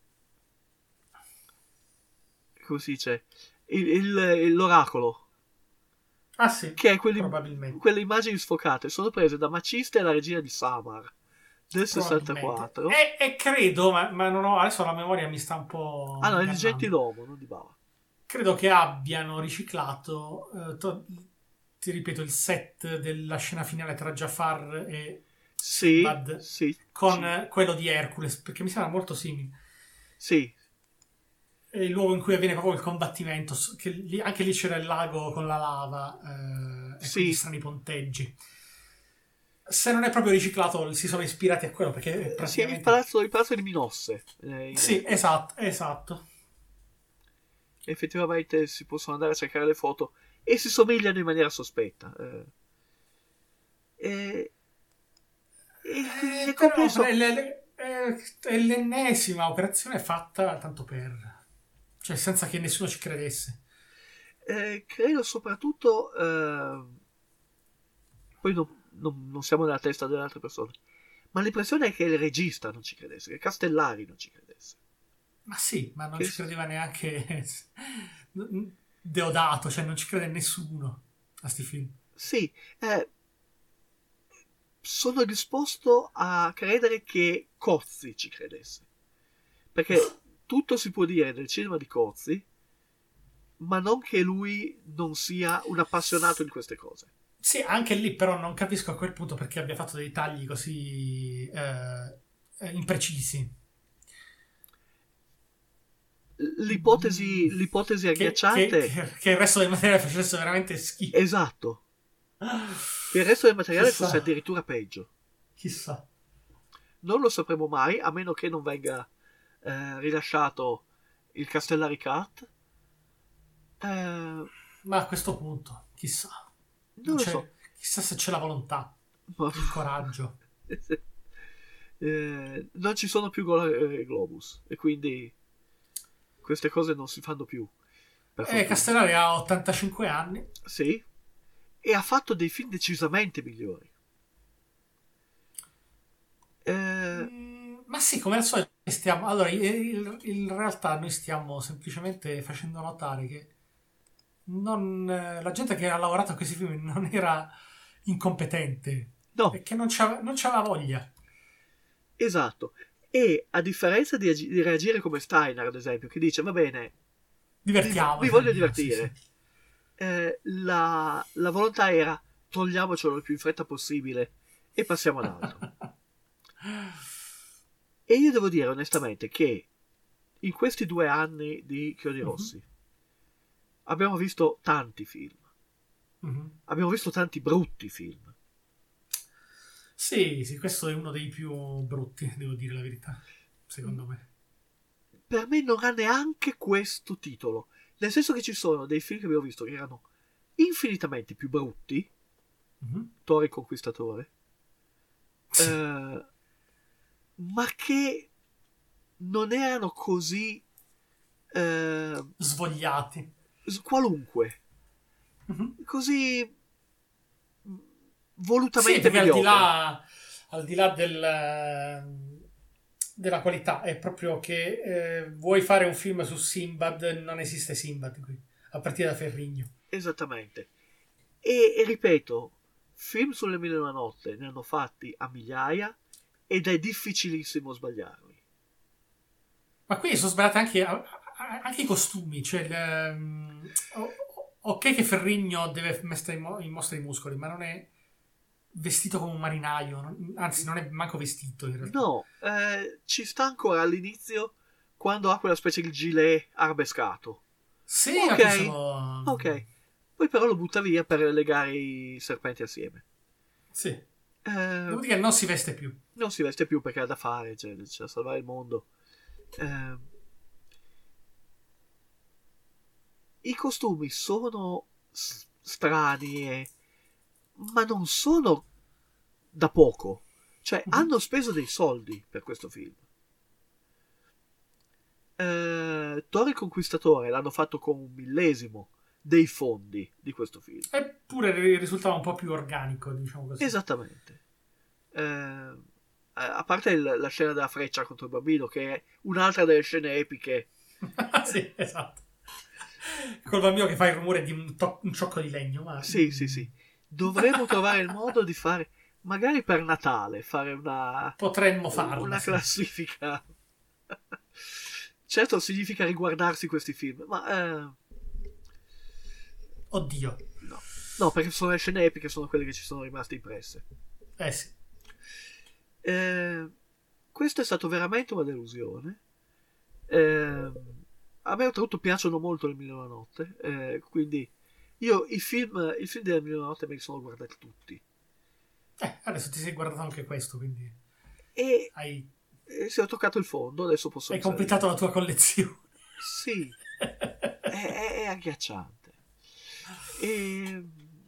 come si dice il- il- l'oracolo, Ah sì, che è quelli- probabilmente. quelle immagini sfocate sono prese da Maciste e la regina di Samar del sessantaquattro. E, e credo, ma, ma non ho, adesso la memoria mi sta un po'... Ah no, è di ingannando. Gentilomo, non di Bava. Credo che abbiano riciclato, eh, to- ti ripeto, il set della scena finale tra Jafar e Sì, Bad, sì, con sì, eh, quello di Hercules, perché mi sembra molto simile. sì, È il luogo in cui avviene proprio il combattimento, s- che lì- anche lì c'era il lago con la lava eh, e Sì. quegli strani ponteggi. Se non è proprio riciclato, si sono ispirati a quello, perché è sì, il praticamente... palazzo, il palazzo di Minosse. eh, in- Sì, esatto, esatto. effettivamente si possono andare a cercare le foto e si somigliano in maniera sospetta. eh. E, e quindi Eh, è però, complesso. è, le- è- è l'ennesima operazione fatta tanto per... Cioè, senza che nessuno ci credesse. Eh, credo soprattutto eh, poi non, non- non siamo nella testa delle altre persone, ma l'impressione è che il regista non ci credesse, che Castellari non ci credesse. Ma sì, ma non Che ci s- credeva neanche Deodato, cioè non ci crede nessuno a sti film. Sì, eh, sono disposto a credere che Cozzi ci credesse, perché tutto si può dire del cinema di Cozzi, ma non che lui non sia un appassionato di queste cose. Sì, anche lì però non capisco a quel punto perché abbia fatto dei tagli così eh, eh, imprecisi. L'ipotesi, l'ipotesi Che, agghiacciante, che- che- che il resto del materiale facesse veramente schifo. esatto, che il resto del materiale Chissà. fosse addirittura peggio. Chissà. Non lo sapremo mai, a meno che non venga eh, rilasciato il Castellari Cut. Eh, Ma a questo punto, chissà. non lo Cioè, so. Chissà se c'è la volontà, Ma- il coraggio. Eh, non ci sono più Gola e Globus e quindi queste cose non si fanno più. Per Eh, fortuna. Castellari ha ottantacinque anni. Sì, e ha fatto dei film decisamente migliori. Eh, Mm, Ma sì, come al solito stiamo... Allora, in- in in realtà noi stiamo semplicemente facendo notare che non, eh, la gente che ha lavorato a questi film non era incompetente, no, e che non c'aveva, non c'aveva voglia. esatto. E a differenza di, agi- di reagire come Steiner, ad esempio, che dice: va bene, Divertiamo. mi voglio divertire. Eh, la, la volontà era: togliamocelo il più in fretta possibile e passiamo ad altro. E io devo dire onestamente che in questi due anni di Chiodi Rossi abbiamo visto tanti film, Mhm. abbiamo visto tanti brutti film. Sì, sì, questo è uno dei più brutti, devo dire la verità, secondo me. Per me non ha neanche questo titolo, nel senso che ci sono dei film che abbiamo visto che erano infinitamente più brutti, Mhm. Thor il Conquistatore, eh, ma che non erano così eh, Svogliati. s- qualunque. Mhm. Così Sì, volutamente perché al di mediocre. là, al di là del, della qualità, è proprio che eh, vuoi fare un film su Sinbad, non esiste Sinbad qui, a partire da Ferrigno. Esattamente. E, e ripeto, film sulle mille e una notte ne hanno fatti a migliaia ed è difficilissimo sbagliarli. Ma qui sono sbagliati anche, a- a- anche i costumi, cioè il, ehm, o- ok che Ferrigno deve mettere in, mo- in mostra i muscoli, ma non è vestito come un marinaio, non- anzi non è manco vestito in realtà. No, eh, ci sta ancora all'inizio quando ha quella specie di gilet arabescato. Sì, Ok. ma qui sono- Ok. Poi però lo butta via per legare i serpenti assieme. Sì. Eh, Dopodiché non si veste più. non si veste più perché ha da fare, cioè, c'è da salvare il mondo. Eh, I costumi sono s- strani, e- ma non sono da poco. Cioè, Mhm. hanno speso dei soldi per questo film. Eh, Thor il Conquistatore l'hanno fatto con un millesimo dei fondi di questo film. Eppure ri- risultava un po' più organico, diciamo così. Esattamente. Eh, a parte il- la scena della freccia contro il bambino, che è un'altra delle scene epiche. Sì, esatto. Col bambino che fa il rumore di un, to- un ciocco di legno. Ma... Sì, sì, sì. Dovremmo trovare il modo di fare, magari per Natale, fare una, Potremmo farlo. una sì. classifica. Certo, significa riguardarsi questi film, ma eh, Oddio. no. No, perché sono le scene epiche, sono quelle che ci sono rimaste impresse. Eh sì. Eh, questo è stato veramente una delusione. Eh, a me oltretutto piacciono molto le mille e una notte, eh, quindi io i film, i film delle mille e una notte me li sono guardati tutti. Eh, adesso ti sei guardato anche questo, quindi E hai, eh, se ho toccato il fondo, adesso posso hai risalire. completato la tua collezione. Sì, è, è- è agghiacciante. E...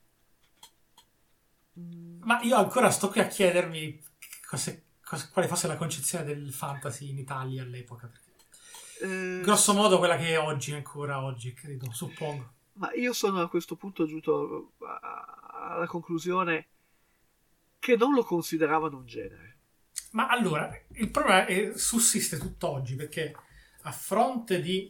mm, Ma io ancora sto qui a chiedermi cos'è- cos- quale fosse la concezione del fantasy in Italia all'epoca. Perché, eh, grosso modo quella che è oggi, ancora oggi, credo, suppongo. Ma io sono a questo punto giunto a- alla conclusione che non lo consideravano un genere. Ma allora, il problema è, sussiste tutt'oggi, perché a fronte di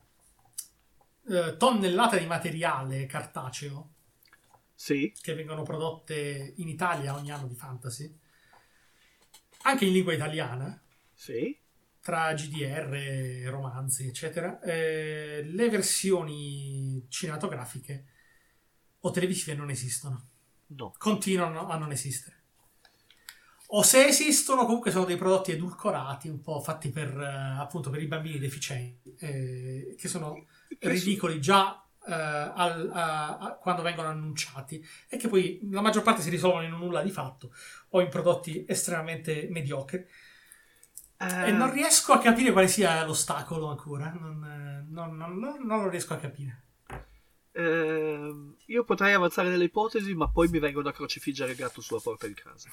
eh, tonnellate di materiale cartaceo Sì, che vengono prodotte in Italia ogni anno di fantasy, anche in lingua italiana, sì, tra G D R, romanzi, eccetera, eh, le versioni cinematografiche o televisive non esistono. no. Continuano a non esistere. O se esistono, comunque sono dei prodotti edulcorati, un po' fatti per, eh, appunto, per i bambini deficienti, eh, che sono ridicoli già eh, al- a- a- quando vengono annunciati, e che poi la maggior parte si risolvono in un nulla di fatto o in prodotti estremamente mediocri. Eh, E non riesco a capire quale sia l'ostacolo ancora. Non, eh, non- non- non- non lo riesco a capire. ehm, io potrei avanzare delle ipotesi, ma poi mi vengono a crocifiggere il gatto sulla porta di casa.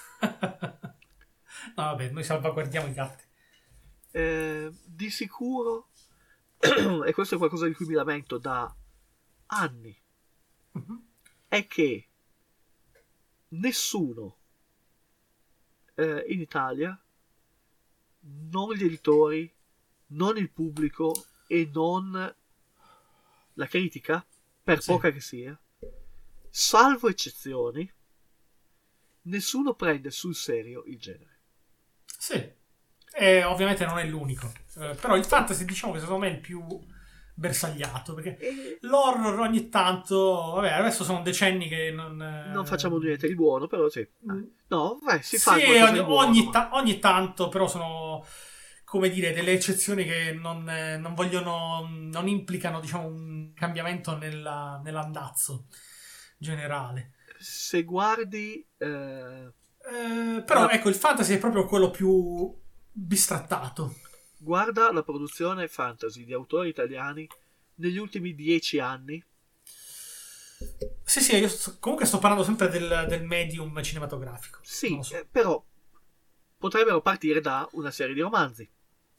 No, vabbè, noi salvaguardiamo i gatti. Eh, di sicuro, e questo è qualcosa di cui mi lamento da anni, Mhm. è che nessuno eh, in Italia, non gli editori, non il pubblico e non la critica, per Sì. poca che sia, salvo eccezioni, nessuno prende sul serio il genere. Sì. E ovviamente non è l'unico. Eh, però il fantasy, diciamo che secondo me è il più bersagliato, perché E l'horror ogni tanto... Vabbè, adesso sono decenni che non... eh, non facciamo niente di buono, però sì. Mm. No, beh, si fa Sì, qualcosa ogni, di buono, ogni ma- ta- ogni tanto, però sono, come dire, delle eccezioni che non, eh, non vogliono, non implicano, diciamo, un cambiamento nella- nell'andazzo generale. Se guardi eh, Eh, però, ecco, il fantasy è proprio quello più bistrattato. guarda la produzione fantasy di autori italiani negli ultimi dieci anni, Sì, sì, io sto- comunque sto parlando sempre del, del medium cinematografico. sì, Non lo so. eh, però potrebbero partire da una serie di romanzi.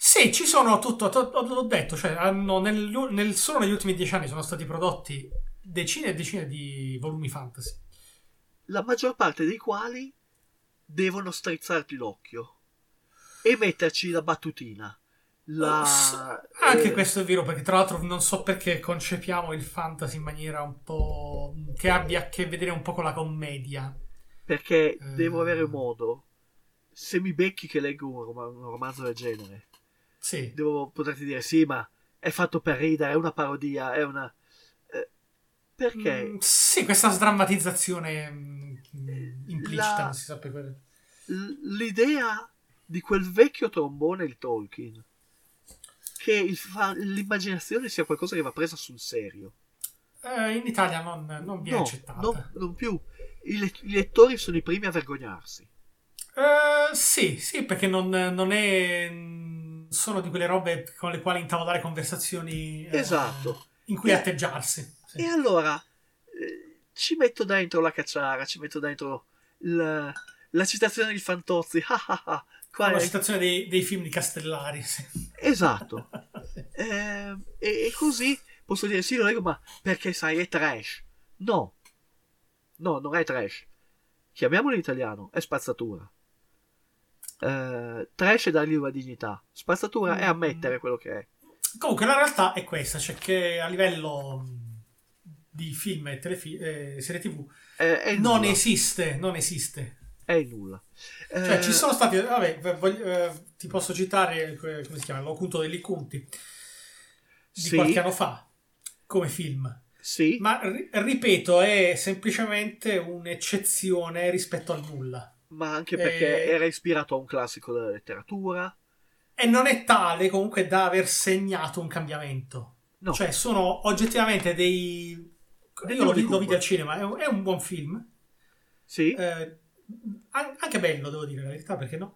Sì, ci sono tutto, to- to- l'ho detto, cioè hanno nel, nel- solo negli ultimi dieci anni sono stati prodotti decine e decine di volumi fantasy. La maggior parte dei quali devono strizzarti l'occhio e metterci la battutina. La... S- Anche eh, questo è vero, perché tra l'altro non so perché concepiamo il fantasy in maniera un po' che abbia a che vedere un po' con la commedia. Perché Eh. devo avere modo, se mi becchi che leggo un, rom- un romanzo del genere, Sì. devo poterti dire sì, ma è fatto per ridere, è una parodia, è una... eh, perché Mm, sì, questa sdrammatizzazione mm, implicita, La- non si sa per quello. l- l'idea di quel vecchio trombone, il Tolkien, che il fa- l'immaginazione sia qualcosa che va presa sul serio. Eh, in Italia non, non viene No, accettata. no, non più. I, le- i lettori sono i primi a vergognarsi. Eh, sì, sì, perché non, non è. Sono di quelle robe con le quali intavolare conversazioni. eh, Esatto. In cui E- atteggiarsi. Sì. E allora eh, ci metto dentro la cacciara, ci metto dentro il- la citazione di Fantozzi. Ah, ah, ah. Qua Una è- citazione dei, dei film di Castellari. Sì. Esatto. Eh, e, e così posso dire sì, lo leggo, ma perché sai, è trash. No, no, non è trash. Chiamiamolo in italiano, è spazzatura. Eh, trash è dargli una dignità, spazzatura è ammettere quello che è. Comunque la realtà è questa, cioè che a livello mh, di film e telefi- eh, serie tv È, è il non nulla. esiste, non esiste. È il nulla. Cioè, Eh, ci sono stati, vabbè, voglio- eh, ti posso citare, eh, come si chiama, L'Occulto degli Inculti di Sì. qualche anno fa, come film. Sì, Ma ri- ripeto, è semplicemente un'eccezione rispetto al nulla. ma anche perché eh, era ispirato a un classico della letteratura. E non è tale comunque da aver segnato un cambiamento. No. Cioè, sono oggettivamente dei. Degli Io lo, vi- unicum. lo vidi al cinema, è un, è un buon film. Sì, Eh, an- anche bello, devo dire la verità, perché no?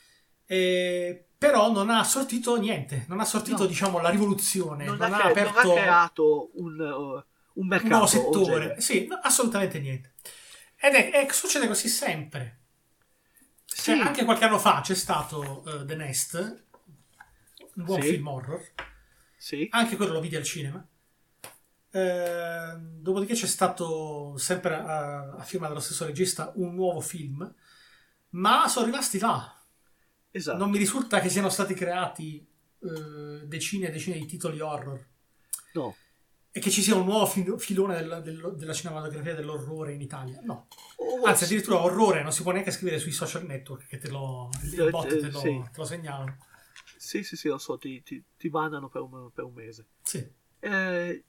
Eh, però non ha sortito niente, non ha sortito, No. diciamo, la rivoluzione, non, non, ha, ha cre- aperto non ha creato un, uh, un un mercato. nuovo o settore. genere. Sì, no, assolutamente niente. Ed è, è- succede così sempre. Cioè, Sì, anche qualche anno fa c'è stato uh, The Nest, un buon Sì. film horror. sì. Anche quello lo vidi al cinema. Eh, dopodiché c'è stato, sempre a, a firma dello stesso regista, un nuovo film. Ma sono rimasti là. Esatto. Non mi risulta che siano stati creati eh, decine e decine di titoli horror. No. E che ci sia un nuovo fil- filone del- del- della cinematografia dell'orrore in Italia. No. Oh, Anzi, addirittura orrore non si può neanche scrivere sui social network, che te lo, il bot te lo, Sì. te lo segnalano. Sì, sì, sì, lo so, ti, ti, ti bannano per un, per un mese. Sì. Eh,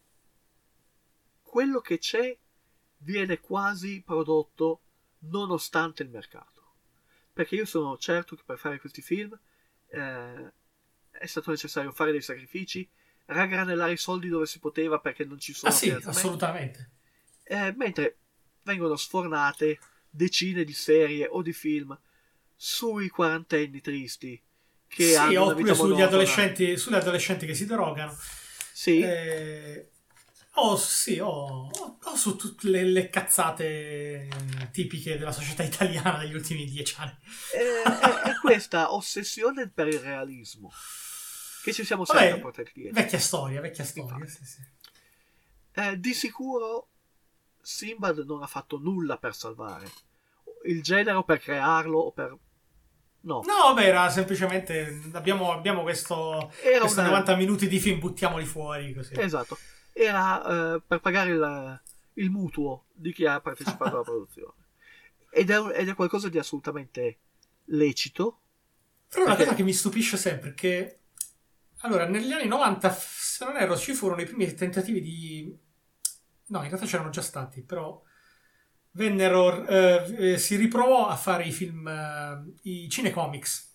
quello che c'è viene quasi prodotto nonostante il mercato. Perché io sono certo che per fare questi film eh, è stato necessario fare dei sacrifici, raggranellare i soldi dove si poteva perché non ci sono Ah sì, finanziamenti. assolutamente. Eh, mentre vengono sfornate decine di serie o di film sui quarantenni tristi che Sì, hanno una oppure vita sugli monotona. adolescenti, sugli adolescenti che si drogano. Sì, Eh, o sì, o, o- o su tutte le, le cazzate eh, tipiche della società italiana degli ultimi dieci anni. è, è- è questa ossessione per il realismo che ci siamo sempre a Vabbè, portare dietro. vecchia storia, vecchia storia. Sì, sì. Eh, di sicuro Sinbad non ha fatto nulla per salvare il genere o per crearlo o per... No, No, vabbè, era semplicemente abbiamo, abbiamo questo Era questi una- novanta minuti di film, buttiamoli fuori così. esatto, era eh, per pagare il, il mutuo di chi ha partecipato alla produzione ed è, ed è qualcosa di assolutamente lecito. Però la Perché- cosa che mi stupisce sempre è che allora negli anni novanta, se non erro, ci furono i primi tentativi di no, in realtà c'erano già stati, però vennero eh, eh, si riprovò a fare i film eh, i cinecomics.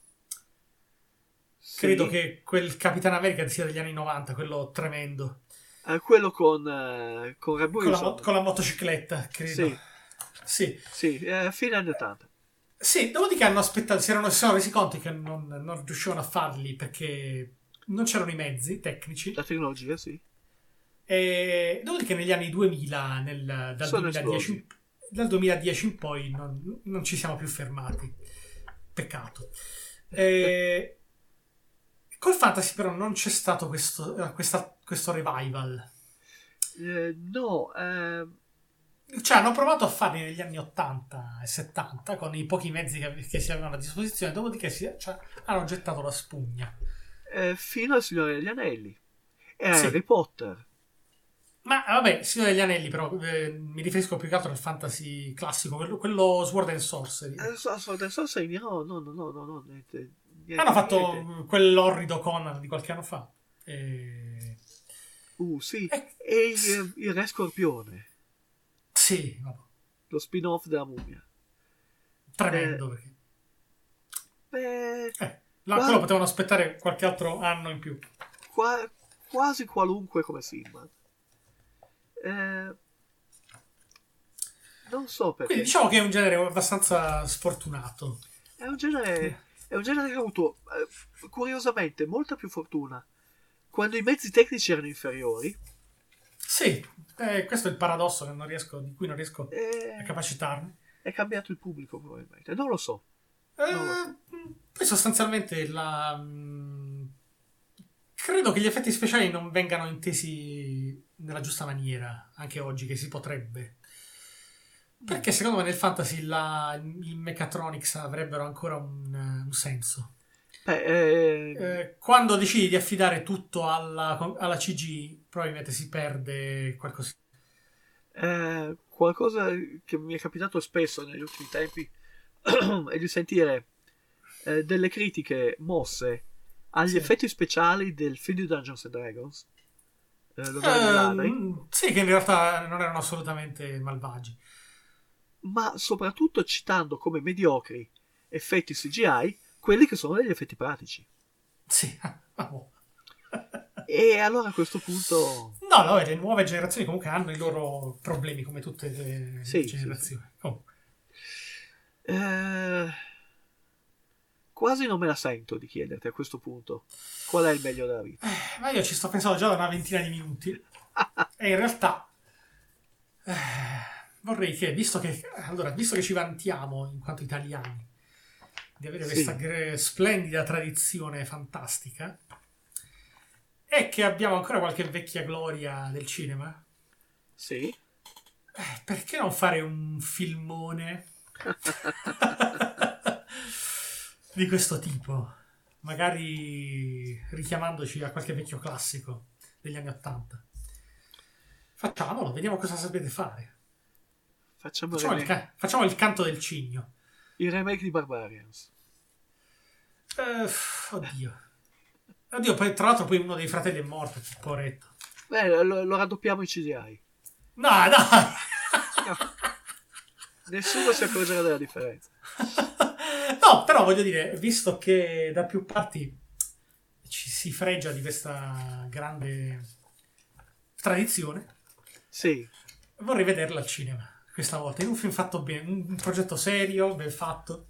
Credo Sì. che quel Capitan America sia degli anni novanta, quello tremendo, Eh, quello con, eh, con Red Bull, con la, insomma. mo- con la motocicletta, credo. Sì. Sì. Sì, eh, fine anni ottanta. Sì, dopodiché hanno aspettato, si erano, si sono resi conto che non, non riuscivano a farli perché non c'erano i mezzi tecnici. La tecnologia, sì. E dopodiché negli anni duemila, nel, dal, Sono duemiladieci, dal duemiladieci in poi, non, non ci siamo più fermati. Peccato. E Col fantasy però non c'è stato questo, eh, questa- questo revival. Eh, no, eh, Cioè, hanno provato a farli negli anni ottanta e settanta con i pochi mezzi che, che si avevano a disposizione, dopodiché si, cioè, hanno gettato la spugna. eh, fino al Signore degli Anelli e Sì. Harry Potter. Ma vabbè, Signore degli Anelli, però eh, mi riferisco più che altro al fantasy classico, quello, quello Sword and Sorcery. Eh, so, so, adesso sei no, no, no, no, no, no, niente, niente, Hanno fatto niente. quell'orrido Conan di qualche anno fa. E... Uh, sì, Eh, e il, il Re Scorpione, Sì, vabbè, lo spin-off della mummia. tremendo. perché Beh, eh, là, guarda- quello potevano aspettare qualche altro anno in più. qua- quasi qualunque come Sinbad. Eh, non so perché. Quindi diciamo che è un genere abbastanza sfortunato. È un genere, è un genere che ha avuto, eh, curiosamente, molta più fortuna quando i mezzi tecnici erano inferiori. Sì, eh, questo è il paradosso che non riesco, di cui non riesco a E capacitarmi. è cambiato il pubblico, probabilmente. Non lo so. Eh, Non lo so. Poi sostanzialmente la... mh, credo che gli effetti speciali non vengano intesi nella giusta maniera, anche oggi, che si potrebbe. Perché secondo me nel fantasy la, i mechatronics avrebbero ancora un, un senso. Beh, eh, Eh, quando decidi di affidare tutto alla, alla C G, probabilmente si perde qualcosa. eh, qualcosa che mi è capitato spesso negli ultimi tempi è di sentire eh, delle critiche mosse agli Sì. effetti speciali del film di Dungeons and Dragons, eh, l'onore dei ladri, Ehm, sì, che in realtà non erano assolutamente malvagi. ma soprattutto citando come mediocri effetti C G I quelli che sono degli effetti pratici. Sì, vabbè. E allora a questo punto No, no, le nuove generazioni comunque hanno i loro problemi, come tutte le Sì, generazioni. Comunque. eh, quasi non me la sento di chiederti a questo punto qual è il meglio della vita. Eh, ma io ci sto pensando già da una ventina di minuti. E in realtà eh, vorrei che, visto che allora, visto che ci vantiamo in quanto italiani di avere Sì. questa gre- splendida tradizione fantastica e che abbiamo ancora qualche vecchia gloria del cinema, Sì, eh, perché non fare un filmone di questo tipo? Magari richiamandoci a qualche vecchio classico degli anni Ottanta. Facciamolo, vediamo cosa sapete fare. facciamo, Facciamo il, il, remake, ca- facciamo il canto del cigno. il remake di Barbarians. Eh, oddio. Oddio, poi, tra l'altro poi uno dei fratelli è morto, poveretto. Beh, lo, lo raddoppiamo in C G I. No, dai! Nessuno si accorgerà della differenza. No, però voglio dire, visto che da più parti ci si fregia di questa grande tradizione, Sì, vorrei vederla al cinema questa volta, in un film fatto bene, un un progetto serio, ben fatto.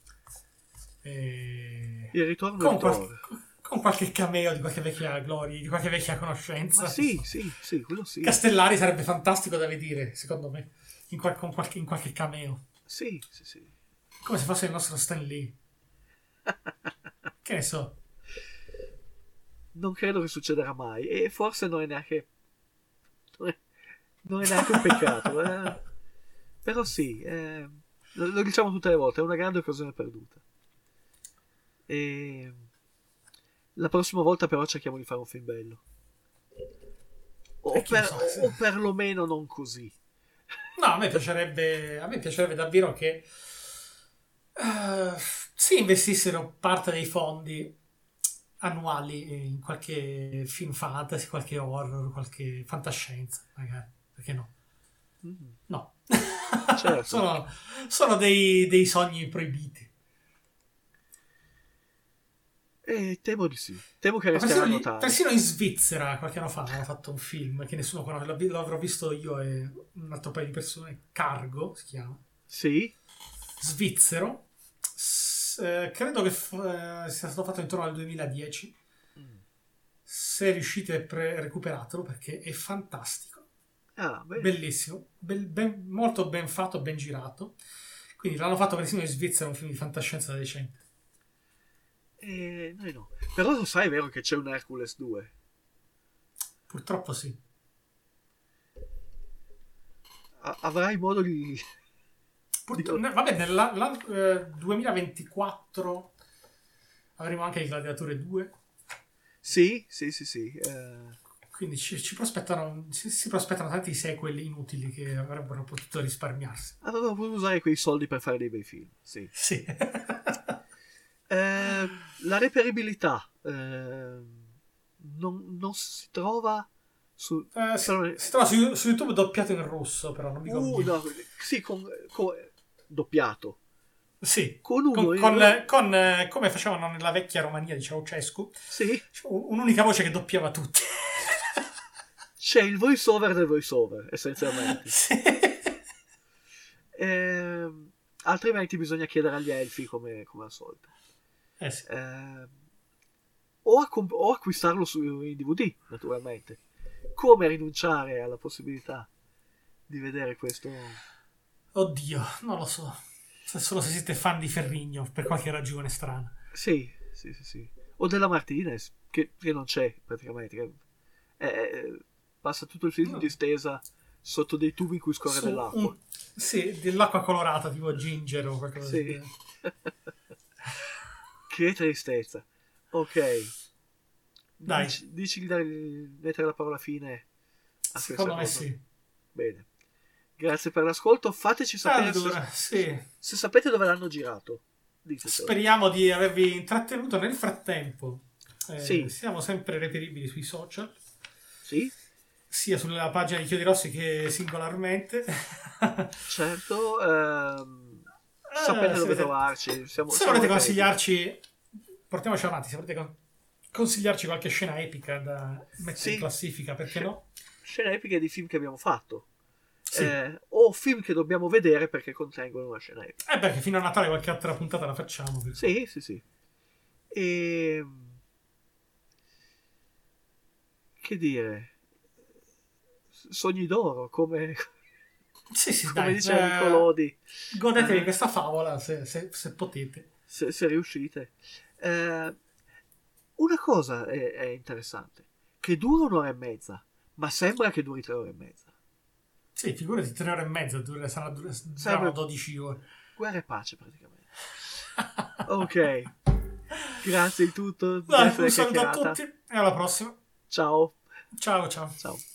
E... il ritorno Con, del qual- Thor. con qualche cameo di qualche vecchia gloria, di qualche vecchia conoscenza. Ma sì, sì, sì, quello sì. Castellari sarebbe fantastico da vedere, secondo me, in, qual- con qualche, in qualche cameo. Sì, sì, sì. Come se fosse il nostro Stan Lee. Che ne so. Non credo che succederà mai. E forse non è neanche. Non è, non è neanche un peccato. eh. Però sì, eh, lo, lo diciamo tutte le volte, è una grande occasione perduta. E la prossima volta però cerchiamo di fare un film bello. O, E chi lo per, sa, sì. o perlomeno non così. No, a me piacerebbe, a me piacerebbe davvero che eh, si investissero parte dei fondi annuali in qualche film fantasy, qualche horror, qualche fantascienza, magari. Perché no? Mm, No. certo. sono sono dei, dei sogni proibiti. E temo di sì. Temo che Ma persino, resteranno lì- tali. persino in Svizzera qualche anno fa hanno fatto un film che nessuno conosce, l'ho vi- l'avrò visto io e un altro paio di persone, Cargo si chiama, Sì? svizzero. S- eh, credo che f- eh, sia stato fatto intorno al duemiladieci. Se riuscite pre- recuperatelo perché è fantastico, Ah, bene. bellissimo, bel- ben- molto ben fatto, ben girato. Quindi l'hanno fatto persino in Svizzera, un film di fantascienza decente. E noi no. Però lo sai, è vero che c'è un Hercules due? Purtroppo sì. A- avrai modo di... Purtro- ne- vabbè, nell'anno eh, duemilaventiquattro avremo anche il Gladiatore due. Sì, sì, sì, sì. eh, Quindi ci, ci prospettano, si, si prospettano tanti sequel inutili che avrebbero potuto risparmiarsi. Avrebbero potuto usare quei soldi per fare dei bei film, sì. Sì. Eh, la reperibilità eh, non, non si trova su... Eh, si, però- si trova su, su YouTube doppiato in russo, però non mi Uh, conviene. no, sì, con, con- doppiato. Sì, Con uno... con, con, con, eh, come facevano nella vecchia Romania di Ceausescu, Sì, un'unica voce che doppiava tutti. c'è il voice over del voice over, essenzialmente. Sì. Eh, altrimenti bisogna chiedere agli elfi come, come al solito. Eh sì. Eh, o, accom- o acquistarlo su in D V D, naturalmente. Come rinunciare alla possibilità di vedere questo? Oddio, non lo so. Se- Solo se siete fan di Ferrigno, per qualche ragione strana. Sì, sì, sì, sì. O della Martinez, che, che non c'è praticamente. che- eh, passa tutto il film No. in distesa sotto dei tubi in cui scorre Su dell'acqua. un- sì, dell'acqua colorata, tipo ginger o qualcosa Sì. del Che tristezza. Ok. Dai. Dici, dici di dare- mettere la parola fine a Secondo me questa cosa? sì. Bene. Grazie per l'ascolto. Fateci sapere Allora, se, sì. se sapete dove l'hanno girato. Ditecelo. Speriamo di avervi intrattenuto nel frattempo. Eh, Sì. Siamo sempre reperibili sui social, Sì, sia sulla pagina di Chiodi Rossi che singolarmente. certo. ehm, sapete se dove volete- trovarci. Siamo, Se siamo volete reperibili. consigliarci, portiamoci avanti. Se volete con- consigliarci qualche scena epica da mettere Sì. in classifica, perché no? Scene epiche di film che abbiamo fatto. Sì. Eh, o film che dobbiamo vedere perché contengono una scena epica. Eh, perché fino a Natale qualche altra puntata la facciamo. per- Sì, sì, sì. E... Che dire? Sogni d'oro, come, Sì, sì, come dai. diceva eh, Niccolodi, godetevi Eh. questa favola se, se- se potete. se, se riuscite. Eh, una cosa è, è interessante, che dura un'ora e mezza, ma sembra che duri tre ore e mezza. Sì, figurati, tre ore e mezza, dura- sarà, dura- Sarebbe- saranno dodici ore. Guerra e pace, praticamente. Ok. Grazie di tutto. di Dai, essere un saluto a chiacchierata. tutti e alla prossima. Ciao. Ciao, ciao. Ciao.